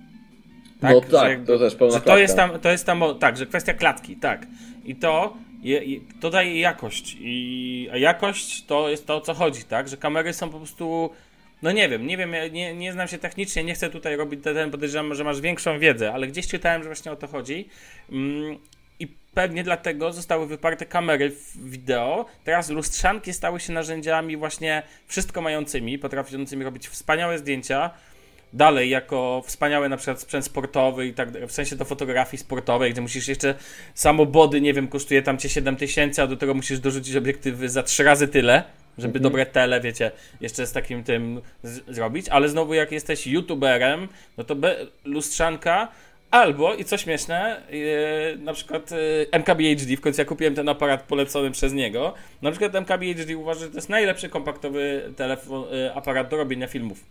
Tak? No tak, jakby, to też pełna że klatka. To jest tam, to jest tam, tak, że kwestia klatki, tak. I to, je, to daje jakość. I, a jakość to jest to, o co chodzi, tak? Że kamery są po prostu, no nie wiem, nie wiem, nie, nie znam się technicznie, nie chcę tutaj robić ten, podejrzewam, że masz większą wiedzę, ale gdzieś czytałem, że właśnie o to chodzi. Mm, I pewnie dlatego zostały wyparte kamery w wideo. Teraz lustrzanki stały się narzędziami właśnie wszystko mającymi, potrafiącymi robić wspaniałe zdjęcia. Dalej, jako wspaniały na przykład sprzęt sportowy i tak, w sensie do fotografii sportowej, gdzie musisz jeszcze samobody, nie wiem, kosztuje tam cię siedem tysięcy, a do tego musisz dorzucić obiektywy za trzy razy tyle, żeby mhm. dobre tele, wiecie, jeszcze z takim tym z- zrobić, ale znowu jak jesteś youtuberem, no to be- lustrzanka albo, i co śmieszne, yy, na przykład yy, M K B H D, w końcu ja kupiłem ten aparat polecony przez niego, na przykład M K B H D uważa, że to jest najlepszy kompaktowy telefon, yy, aparat do robienia filmów.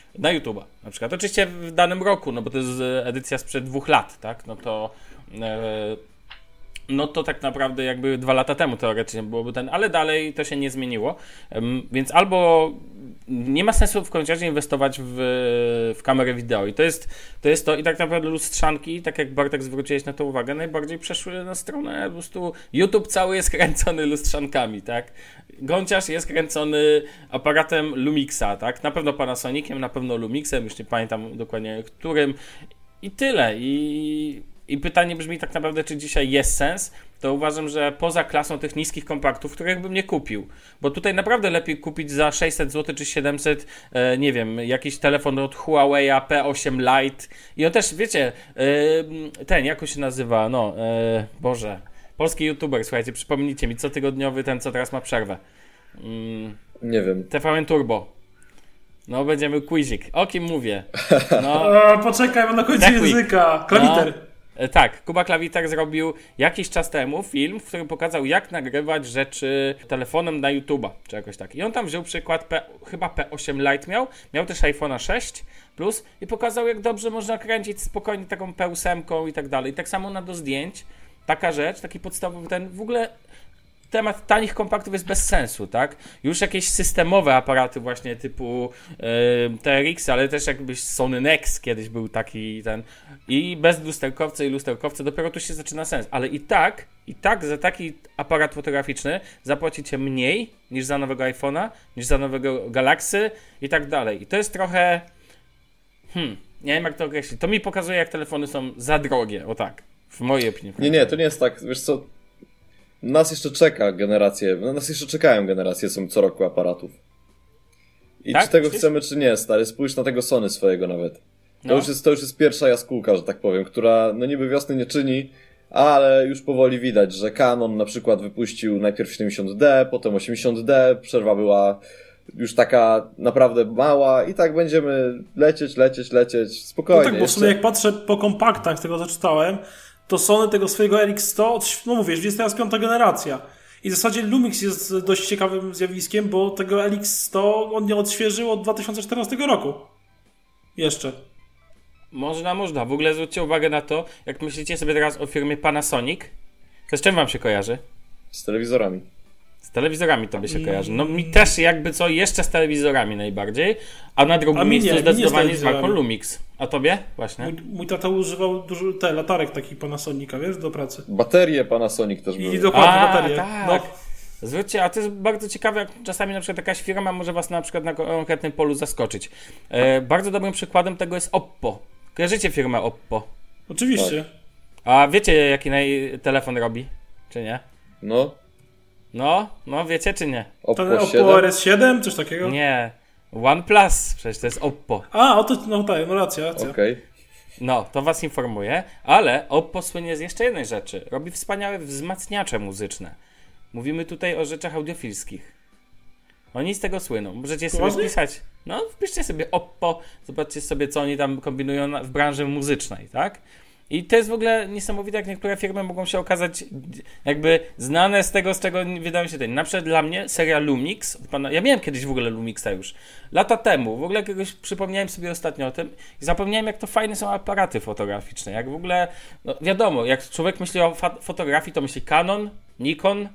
Na YouTube'a na przykład. Oczywiście w danym roku, no bo to jest edycja sprzed dwóch lat, tak? No to e, no to tak naprawdę jakby dwa lata temu teoretycznie byłoby ten, ale dalej to się nie zmieniło. Um, więc albo nie ma sensu w końcu inwestować w, w kamerę wideo i to jest, to jest to i tak naprawdę lustrzanki, tak jak Bartek zwróciłeś na to uwagę, najbardziej przeszły na stronę po prostu YouTube cały jest kręcony lustrzankami, tak? Gąciarz jest kręcony aparatem Lumixa, tak? Na pewno Panasoniciem, na pewno Lumixem, już nie pamiętam dokładnie którym i tyle. I, i pytanie brzmi tak naprawdę, czy dzisiaj jest sens, to uważam, że poza klasą tych niskich kompaktów, których bym nie kupił, bo tutaj naprawdę lepiej kupić za sześćset złotych czy siedemset, e, nie wiem, jakiś telefon od Huawei'a P osiem Lite i on też, wiecie, e, ten, jak on się nazywa, no, e, Boże, polski youtuber, słuchajcie, przypomnijcie mi, cotygodniowy ten, co teraz ma przerwę. Mm, nie wiem. T V N Turbo. No, będziemy quizik. O kim mówię? No, o, poczekaj, bo na końcu Technic. języka. Klawiter. No, tak, Kuba Klawiter zrobił jakiś czas temu film, w którym pokazał, jak nagrywać rzeczy telefonem na YouTube'a, czy jakoś tak. I on tam wziął przykład, P, chyba P osiem Lite miał, miał też iPhone'a sześć Plus i pokazał, jak dobrze można kręcić spokojnie taką P osiem i tak dalej. I tak samo na do zdjęć, taka rzecz, taki podstawowy ten, w ogóle temat tanich kompaktów jest bez sensu, tak? Już jakieś systemowe aparaty właśnie typu yy, T R X, ale też jakbyś Sony Nex kiedyś był taki ten i bez lusterkowca i lusterkowca dopiero tu się zaczyna sens, ale i tak, i tak za taki aparat fotograficzny zapłacicie mniej niż za nowego iPhone'a, niż za nowego Galaxy i tak dalej. I to jest trochę hmm, nie wiem jak to określić. To mi pokazuje, jak telefony są za drogie, o tak, w mojej opinii. Nie, nie, to nie jest tak, wiesz co, nas jeszcze czeka generacje, no nas jeszcze czekają generacje są co roku aparatów. I tak? czy tego Myślisz? chcemy, czy nie, stary, spójrz na tego Sony swojego nawet. To, No. już jest, to już jest pierwsza jaskółka, że tak powiem, która no niby wiosny nie czyni, ale już powoli widać, że Canon na przykład wypuścił najpierw siedemdziesiąt D, potem osiemdziesiąt D, przerwa była już taka naprawdę mała i tak będziemy lecieć, lecieć, lecieć, spokojnie. No tak, bo w sumie jeszcze. jak patrzę po kompaktach, z tego co czytałem, to Sony tego swojego R X sto, no mówię, jest teraz piąta generacja. I w zasadzie Lumix jest dość ciekawym zjawiskiem, bo tego R X sto on nie odświeżył od dwa tysiące czternastego roku. Jeszcze. Można, można. W ogóle zwróćcie uwagę na to, jak myślicie sobie teraz o firmie Panasonic, to z czym wam się kojarzy? Z telewizorami. Z telewizorami to by się kojarzy. No mi też jakby co, jeszcze z telewizorami najbardziej, a na drugim A mi miejscu nie, mi nie z zdecydowanie z telewizorami. marką Lumix. A tobie? Właśnie. Mój, mój tata używał dużo te latarek takich Panasonica, wiesz, do pracy. Baterie Panasonic też były. I dokładnie A, baterie. tak. No, Zwróćcie, a to jest bardzo ciekawe, jak czasami na przykład jakaś firma może was na przykład na konkretnym polu zaskoczyć. E, bardzo dobrym przykładem tego jest Oppo. Kojarzycie firmę Oppo? oczywiście. A wiecie, jaki naj... telefon robi? Czy nie? No, No, no wiecie czy nie? Oppo Ten siedem. Oppo R S siedem, coś takiego? Nie. OnePlus, przecież to jest Oppo. A, o to, no tak, no racja, racja. Okej. No, to was informuję, ale Oppo słynie z jeszcze jednej rzeczy. Robi wspaniałe wzmacniacze muzyczne. Mówimy tutaj o rzeczach audiofilskich. Oni z tego słyną. Możecie sobie Poważnie? wpisać. No, wpiszcie sobie Oppo, zobaczcie sobie, co oni tam kombinują na, w branży muzycznej, tak? I to jest w ogóle niesamowite, jak niektóre firmy mogą się okazać jakby znane z tego, z czego wydają się ten. Na przykład dla mnie seria Lumix, od pana, ja miałem kiedyś w ogóle Lumixa już, lata temu, w ogóle jakiegoś przypomniałem sobie ostatnio o tym i zapomniałem, jak to fajne są aparaty fotograficzne, jak w ogóle, no wiadomo, jak człowiek myśli o fa- fotografii, to myśli Canon, Nikon,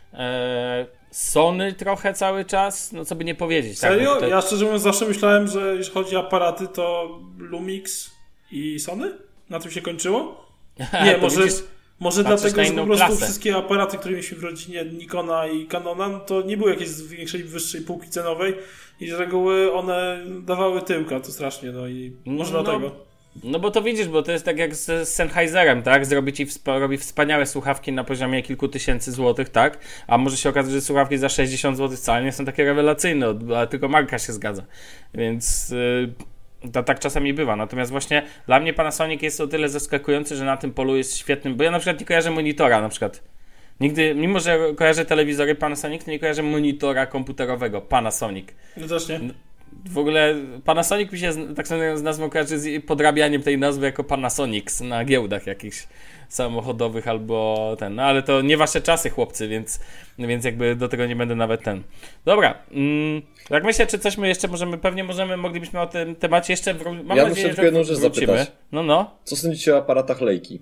e, Sony trochę cały czas, no co by nie powiedzieć. Serio? Tak, to... Ja szczerze mówiąc zawsze myślałem, że jeśli chodzi o aparaty, to Lumix i Sony? Na tym się kończyło? Nie, to może, widzisz, może patrzysz dlatego, na że po inną prostu klasę. wszystkie aparaty, które mieliśmy w rodzinie Nikona i Canona, no to nie były jakieś z większej, wyższej półki cenowej i z reguły one dawały tyłka, to strasznie, no i może No, dlatego. No bo to widzisz, bo to jest tak jak z, z Sennheiserem, tak? Zrobi ci wsp- robi wspaniałe słuchawki na poziomie kilku tysięcy złotych, tak? A może się okazać, że słuchawki za sześćdziesiąt złotych wcale nie są takie rewelacyjne, a tylko marka się zgadza. Więc yy, to tak czasami bywa. Natomiast właśnie dla mnie Panasonic jest o tyle zaskakujący, że na tym polu jest świetnym, bo ja na przykład nie kojarzę monitora na przykład. Nigdy, mimo że kojarzę telewizory Panasonic, to nie kojarzę monitora komputerowego Panasonic. No też nie. w ogóle Panasonic mi się z, tak sobie z nazwą kojarzy z podrabianiem tej nazwy jako Panasonics na giełdach jakichś samochodowych albo ten, no ale to nie wasze czasy, chłopcy, więc, więc jakby do tego nie będę nawet ten. Dobra, mm, jak myślę, czy coś my jeszcze możemy, pewnie możemy, moglibyśmy o tym temacie jeszcze wró- mam ja nadzieję, muszę że tylko jedną rzecz wrócimy. zapytać. No, no. Co sądzicie o aparatach Leica?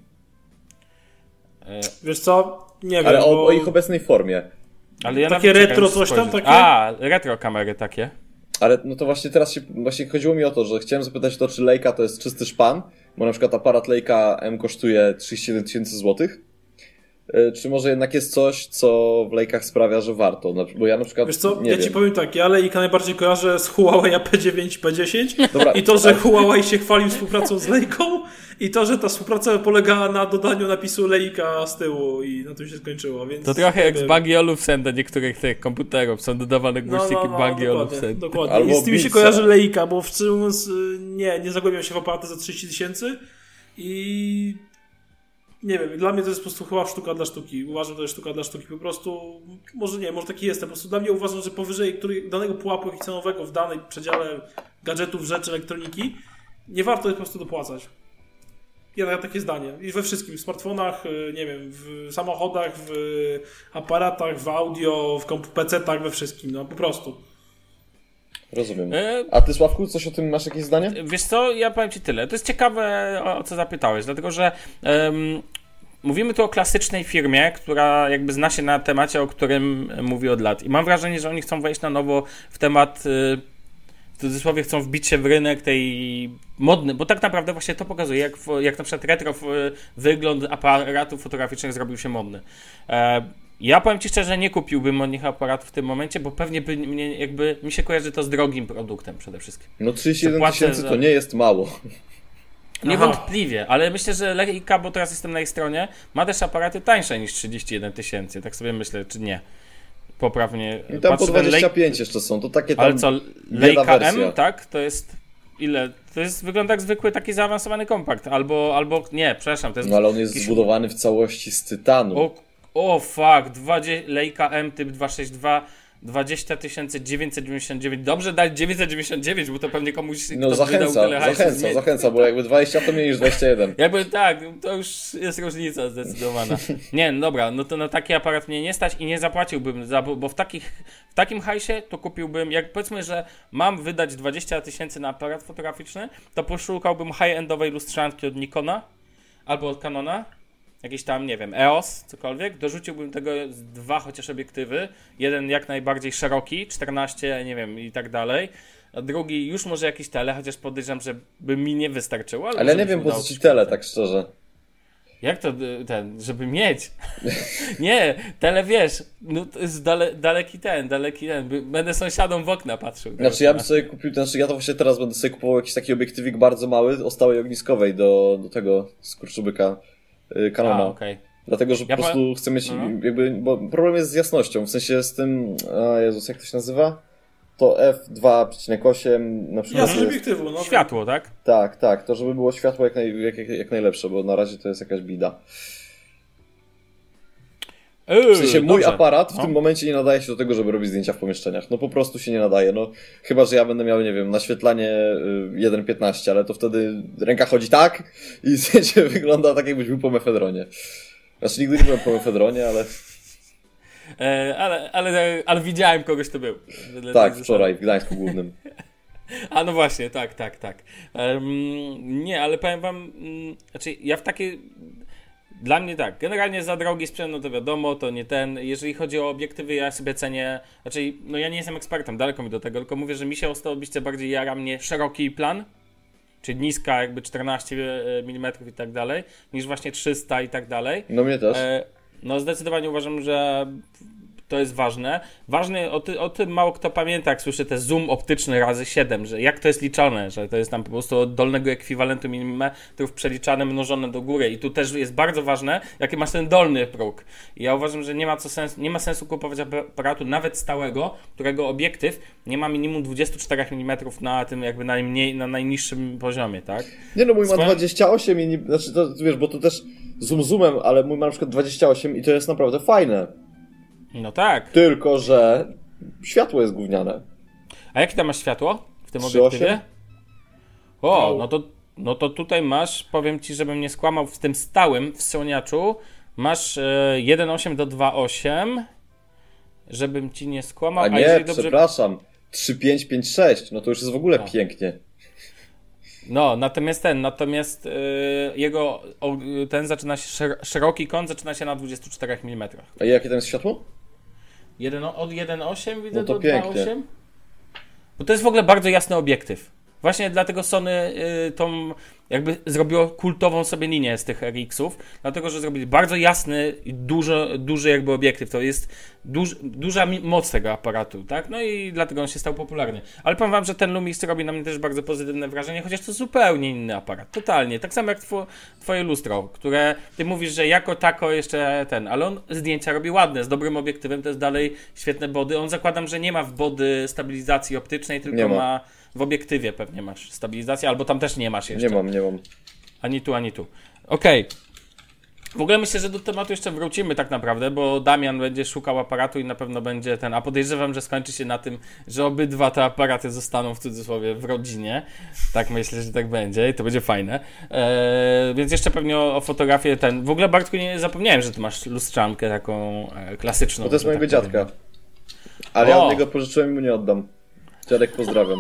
Wiesz co? Nie wiem, Ale o, bo... o ich obecnej formie. Ale ja Takie nawet retro czekam, coś tam, spojrzeć. takie? A, retro kamery takie. Ale no to właśnie teraz się, właśnie chodziło mi o to, że chciałem zapytać to, czy Leica to jest czysty szpan, bo na przykład aparat Leica M kosztuje trzydzieści jeden tysięcy złotych, czy może jednak jest coś, co w Leicach sprawia, że warto, bo ja na przykład Wiesz co, nie ja wiem. ci powiem tak, ja Leica najbardziej kojarzę z Huawei P dziewięć, P dziesięć Dobra, i to, że ale- Huawei się chwalił współpracą z Leicą i to, że ta współpraca polegała na dodaniu napisu Leica z tyłu i na tym się skończyło, więc... To trochę jak z wiem. Buggy Olufsen do niektórych tych komputerów są dodawane głośniki no, no, no, Buggy dokładnie, Olufsen. dokładnie. Albo I z tym mi się Beatsa. kojarzy Leica, bo w czym nie, nie zagłębiam się w aparaty za trzydzieści tysięcy i nie wiem, dla mnie to jest po prostu chyba sztuka dla sztuki. Uważam, że to jest sztuka dla sztuki. Po prostu, może nie, może taki jestem. Po prostu dla mnie uważam, że powyżej której, danego pułapu jakiś cenowego w danej przedziale gadżetów, rzeczy, elektroniki nie warto jest po prostu dopłacać. Ja mam takie zdanie. I we wszystkim, w smartfonach, nie wiem, w samochodach, w aparatach, w audio, w komp- pecetach, we wszystkim. No po prostu. Rozumiem. E, A ty, Sławku, coś o tym masz jakieś zdanie? Wiesz co, ja powiem ci tyle. To jest ciekawe, o co zapytałeś, dlatego że um, mówimy tu o klasycznej firmie, która jakby zna się na temacie, o którym mówi od lat. I mam wrażenie, że oni chcą wejść na nowo w temat, w cudzysłowie chcą wbić się w rynek tej modny, bo tak naprawdę właśnie to pokazuje, jak, jak na przykład retro wygląd aparatów fotograficznych zrobił się modny. E, Ja powiem ci szczerze, nie kupiłbym od nich aparatu w tym momencie, bo pewnie by mnie, jakby mi się kojarzy to z drogim produktem przede wszystkim. No trzydzieści jeden Zapłacę tysięcy za- to nie jest mało. Niewątpliwie, ale myślę, że Leica, bo teraz jestem na ich stronie, ma też aparaty tańsze niż trzydzieści jeden tysięcy. Tak sobie myślę, czy nie. Poprawnie. I tam po Patrzę, ten dwadzieścia Lei- pięć jeszcze są, to takie tam Ale co, bieda Leica wersja. M, tak? To jest ile? To jest, wygląda jak zwykły taki zaawansowany kompakt. Albo, albo nie, przepraszam, to jest... No ale on jest jakiś- zbudowany w całości z tytanu. O, o fuck, dwadzieścia, Leica M typ dwieście sześćdziesiąt dwa, dwadzieścia tysięcy dziewięćset dziewięćdziesiąt dziewięć. Dobrze dać dziewięćset dziewięćdziesiąt dziewięć, bo to pewnie komuś No kto wydał zachęca, tyle hajsu, zachęca, zmieni. zachęca, bo jakby dwadzieścia to mniej niż dwadzieścia jeden. Jakby tak, to już jest różnica zdecydowana. Nie, no dobra, no to na taki aparat mnie nie stać i nie zapłaciłbym, za, bo w, takich, w takim hajsie to kupiłbym, jak powiedzmy, że mam wydać dwadzieścia tysięcy na aparat fotograficzny, to poszukałbym high-endowej lustrzanki od Nikona albo od Canona, jakieś tam, nie wiem, E O S, cokolwiek, dorzuciłbym tego z dwa chociaż obiektywy, jeden jak najbardziej szeroki, czternaście, nie wiem, i tak dalej, a drugi już może jakiś tele, chociaż podejrzewam, że by mi nie wystarczyło. Ale, Ale ja może nie by się wiem po udało co ci coś tele, kupić. tak szczerze. Jak to y, ten, żeby mieć? Nie, tele wiesz, no to jest dale, daleki ten, daleki ten, by- będę sąsiadom w okna patrzył. Znaczy ja bym sobie kupił, znaczy ja to właśnie teraz będę sobie kupował jakiś taki obiektywik bardzo mały o stałej ogniskowej do, do tego skurczybyka yy, Canona. A, okej. Dlatego, że po Ja prostu powiem- chcę mieć no. jakby, bo problem jest z jasnością, w sensie z tym, a Jezus, jak to się nazywa? To F dwa przecinek osiem na przykład Jasność jest, obiektywu, no. Światło, tak? tak, tak, to żeby było światło jak, naj, jak, jak, jak najlepsze, bo na razie to jest jakaś bida. W sensie mój Dobrze. aparat w No. tym momencie nie nadaje się do tego, żeby robić zdjęcia w pomieszczeniach. No po prostu się nie nadaje. No chyba, że ja będę miał, nie wiem, naświetlanie y, jeden piętnaście, ale to wtedy ręka chodzi tak i zdjęcie wygląda tak, jakbyś był po mefedronie. Znaczy nigdy nie byłem po mefedronie, ale E, ale, ale, ale widziałem kogoś, kto był. Dla tak, tych wczoraj w Gdańsku Głównym. A no właśnie, tak, tak, tak. Um, nie, ale powiem wam, um, znaczy ja w takiej... Dla mnie tak, generalnie za drogi sprzęt, no to wiadomo, to nie ten. Jeżeli chodzi o obiektywy, ja sobie cenię, znaczy, no ja nie jestem ekspertem, daleko mi do tego, tylko mówię, że mi się osobiście bardziej jara mnie szeroki plan, czyli niska jakby czternaście milimetrów i tak dalej, niż właśnie trzysta i tak dalej. No mnie też. E, no zdecydowanie uważam, że to jest ważne. Ważne, o, ty, o tym mało kto pamięta, jak słyszy te zoom optyczny razy siedem, że jak to jest liczone, że to jest tam po prostu od dolnego ekwiwalentu milimetrów przeliczane, mnożone do góry. I tu też jest bardzo ważne, jaki masz ten dolny próg. I ja uważam, że nie ma, co sens, nie ma sensu kupować aparatu nawet stałego, którego obiektyw nie ma minimum dwadzieścia cztery milimetry na tym jakby najmniej, na najniższym poziomie, tak? Nie no, mój ma Swoją- dwadzieścia osiem i nie, znaczy to wiesz, bo to też zoom zoomem, ale mój ma na przykład dwadzieścia osiem i to jest naprawdę fajne. No tak. Tylko, że światło jest gówniane. A jakie tam masz światło w tym trzy obiektywie? osiem? O, no to, no to tutaj masz, powiem ci, żebym nie skłamał, w tym stałym wsłaniaczu masz e, jeden osiem do dwa osiem, żebym ci nie skłamał. A A nie, jeżeli dobrze... przepraszam, trzy pięć pięć sześć, no to już jest w ogóle A. pięknie. No, natomiast ten, natomiast y, jego, o, ten zaczyna się, szer- szeroki kąt zaczyna się na dwudziestu czterech milimetrach. A jakie tam jest światło? Jeden, od jeden osiem widzę No to do pięknie. dwa osiem? Bo to jest w ogóle bardzo jasny obiektyw. Właśnie dlatego Sony y, tą jakby zrobiło kultową sobie linię z tych R X-ów, dlatego że zrobili bardzo jasny i dużo, duży jakby obiektyw. To jest duż, duża mi- moc tego aparatu, tak? No i dlatego on się stał popularny. Ale powiem wam, że ten Lumix robi na mnie też bardzo pozytywne wrażenie, chociaż to zupełnie inny aparat. Totalnie. Tak samo jak two, twoje lustro, które ty mówisz, że jako tako jeszcze ten, ale on zdjęcia robi ładne, z dobrym obiektywem, to jest dalej świetne body. On zakładam, że nie ma w body stabilizacji optycznej, tylko Nie ma. ma w obiektywie pewnie masz stabilizację, albo tam też nie masz jeszcze. Nie mam, nie mam. Ani tu, ani tu. Okej. Okay. W ogóle myślę, że do tematu jeszcze wrócimy tak naprawdę, bo Damian będzie szukał aparatu i na pewno będzie ten, a podejrzewam, że skończy się na tym, że obydwa te aparaty zostaną w cudzysłowie w rodzinie. Tak myślę, że tak będzie i to będzie fajne. Eee, więc jeszcze pewnie o, o fotografię ten. W ogóle Bartku nie zapomniałem, że ty masz lustrzankę taką e, klasyczną. Bo to jest że mojego tak dziadka. powiem. Ale ja O! od niego pożyczyłem i mu nie oddam. Dziadek, pozdrawiam.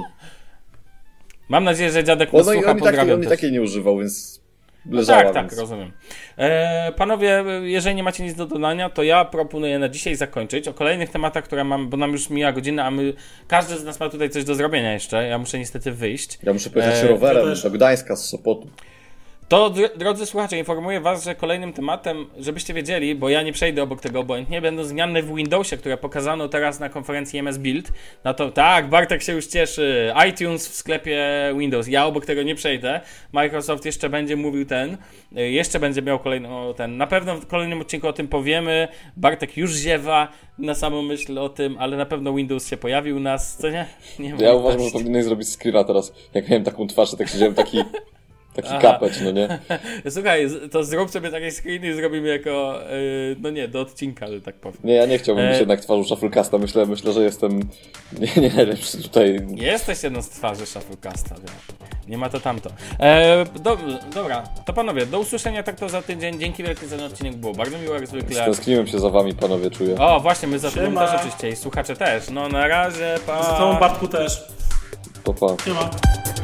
Mam nadzieję, że dziadek Bo nas no i słucha, on i pozdrawiam takiej, on i też. takiej nie używał, więc No leżała, tak, tak, więc... rozumiem. E, panowie, jeżeli nie macie nic do dodania, to ja proponuję na dzisiaj zakończyć o kolejnych tematach, które mam, bo nam już mija godzina, a my, każdy z nas ma tutaj coś do zrobienia jeszcze. Ja muszę niestety wyjść. Ja muszę pojechać E, rowerem też. do Gdańska z Sopotu. To, dr- drodzy słuchacze, informuję was, że kolejnym tematem, żebyście wiedzieli, bo ja nie przejdę obok tego obojętnie, będą zmiany w Windowsie, które pokazano teraz na konferencji M S Build. Na to, tak, Bartek się już cieszy, iTunes w sklepie Windows. Ja obok tego nie przejdę. Microsoft jeszcze będzie mówił ten, y, jeszcze będzie miał kolejną ten. Na pewno w kolejnym odcinku o tym powiemy. Bartek już ziewa na samą myśl o tym, ale na pewno Windows się pojawił u nas, co nie? Nie Ja ma uważam, że wątpliwości. powinieneś zrobić screena teraz. Jak miałem taką twarz, to tak siedziałem taki... Taki Aha. kapeć, no nie? Słuchaj, z- to zrób sobie takie screeny i zrobimy jako, yy, no nie, do odcinka, że tak powiem. Nie, ja nie chciałbym E- być jednak twarzą Shufflecasta. Myślę, myślę, że jestem nie, nie najlepszy tutaj. Jesteś jedną z twarzy Shufflecasta, wiesz. Nie ma to tamto. E, do, dobra, to panowie, do usłyszenia tak to za tydzień. Dzięki wielkie za ten odcinek, było bardzo miło jak zwykle. Stęskniłem się za wami, panowie, czuję. O, właśnie, my za tobą Siema. też oczywiście i słuchacze też. No na razie, pa. Z tą Bartku też. Pa, pa. Nie ma.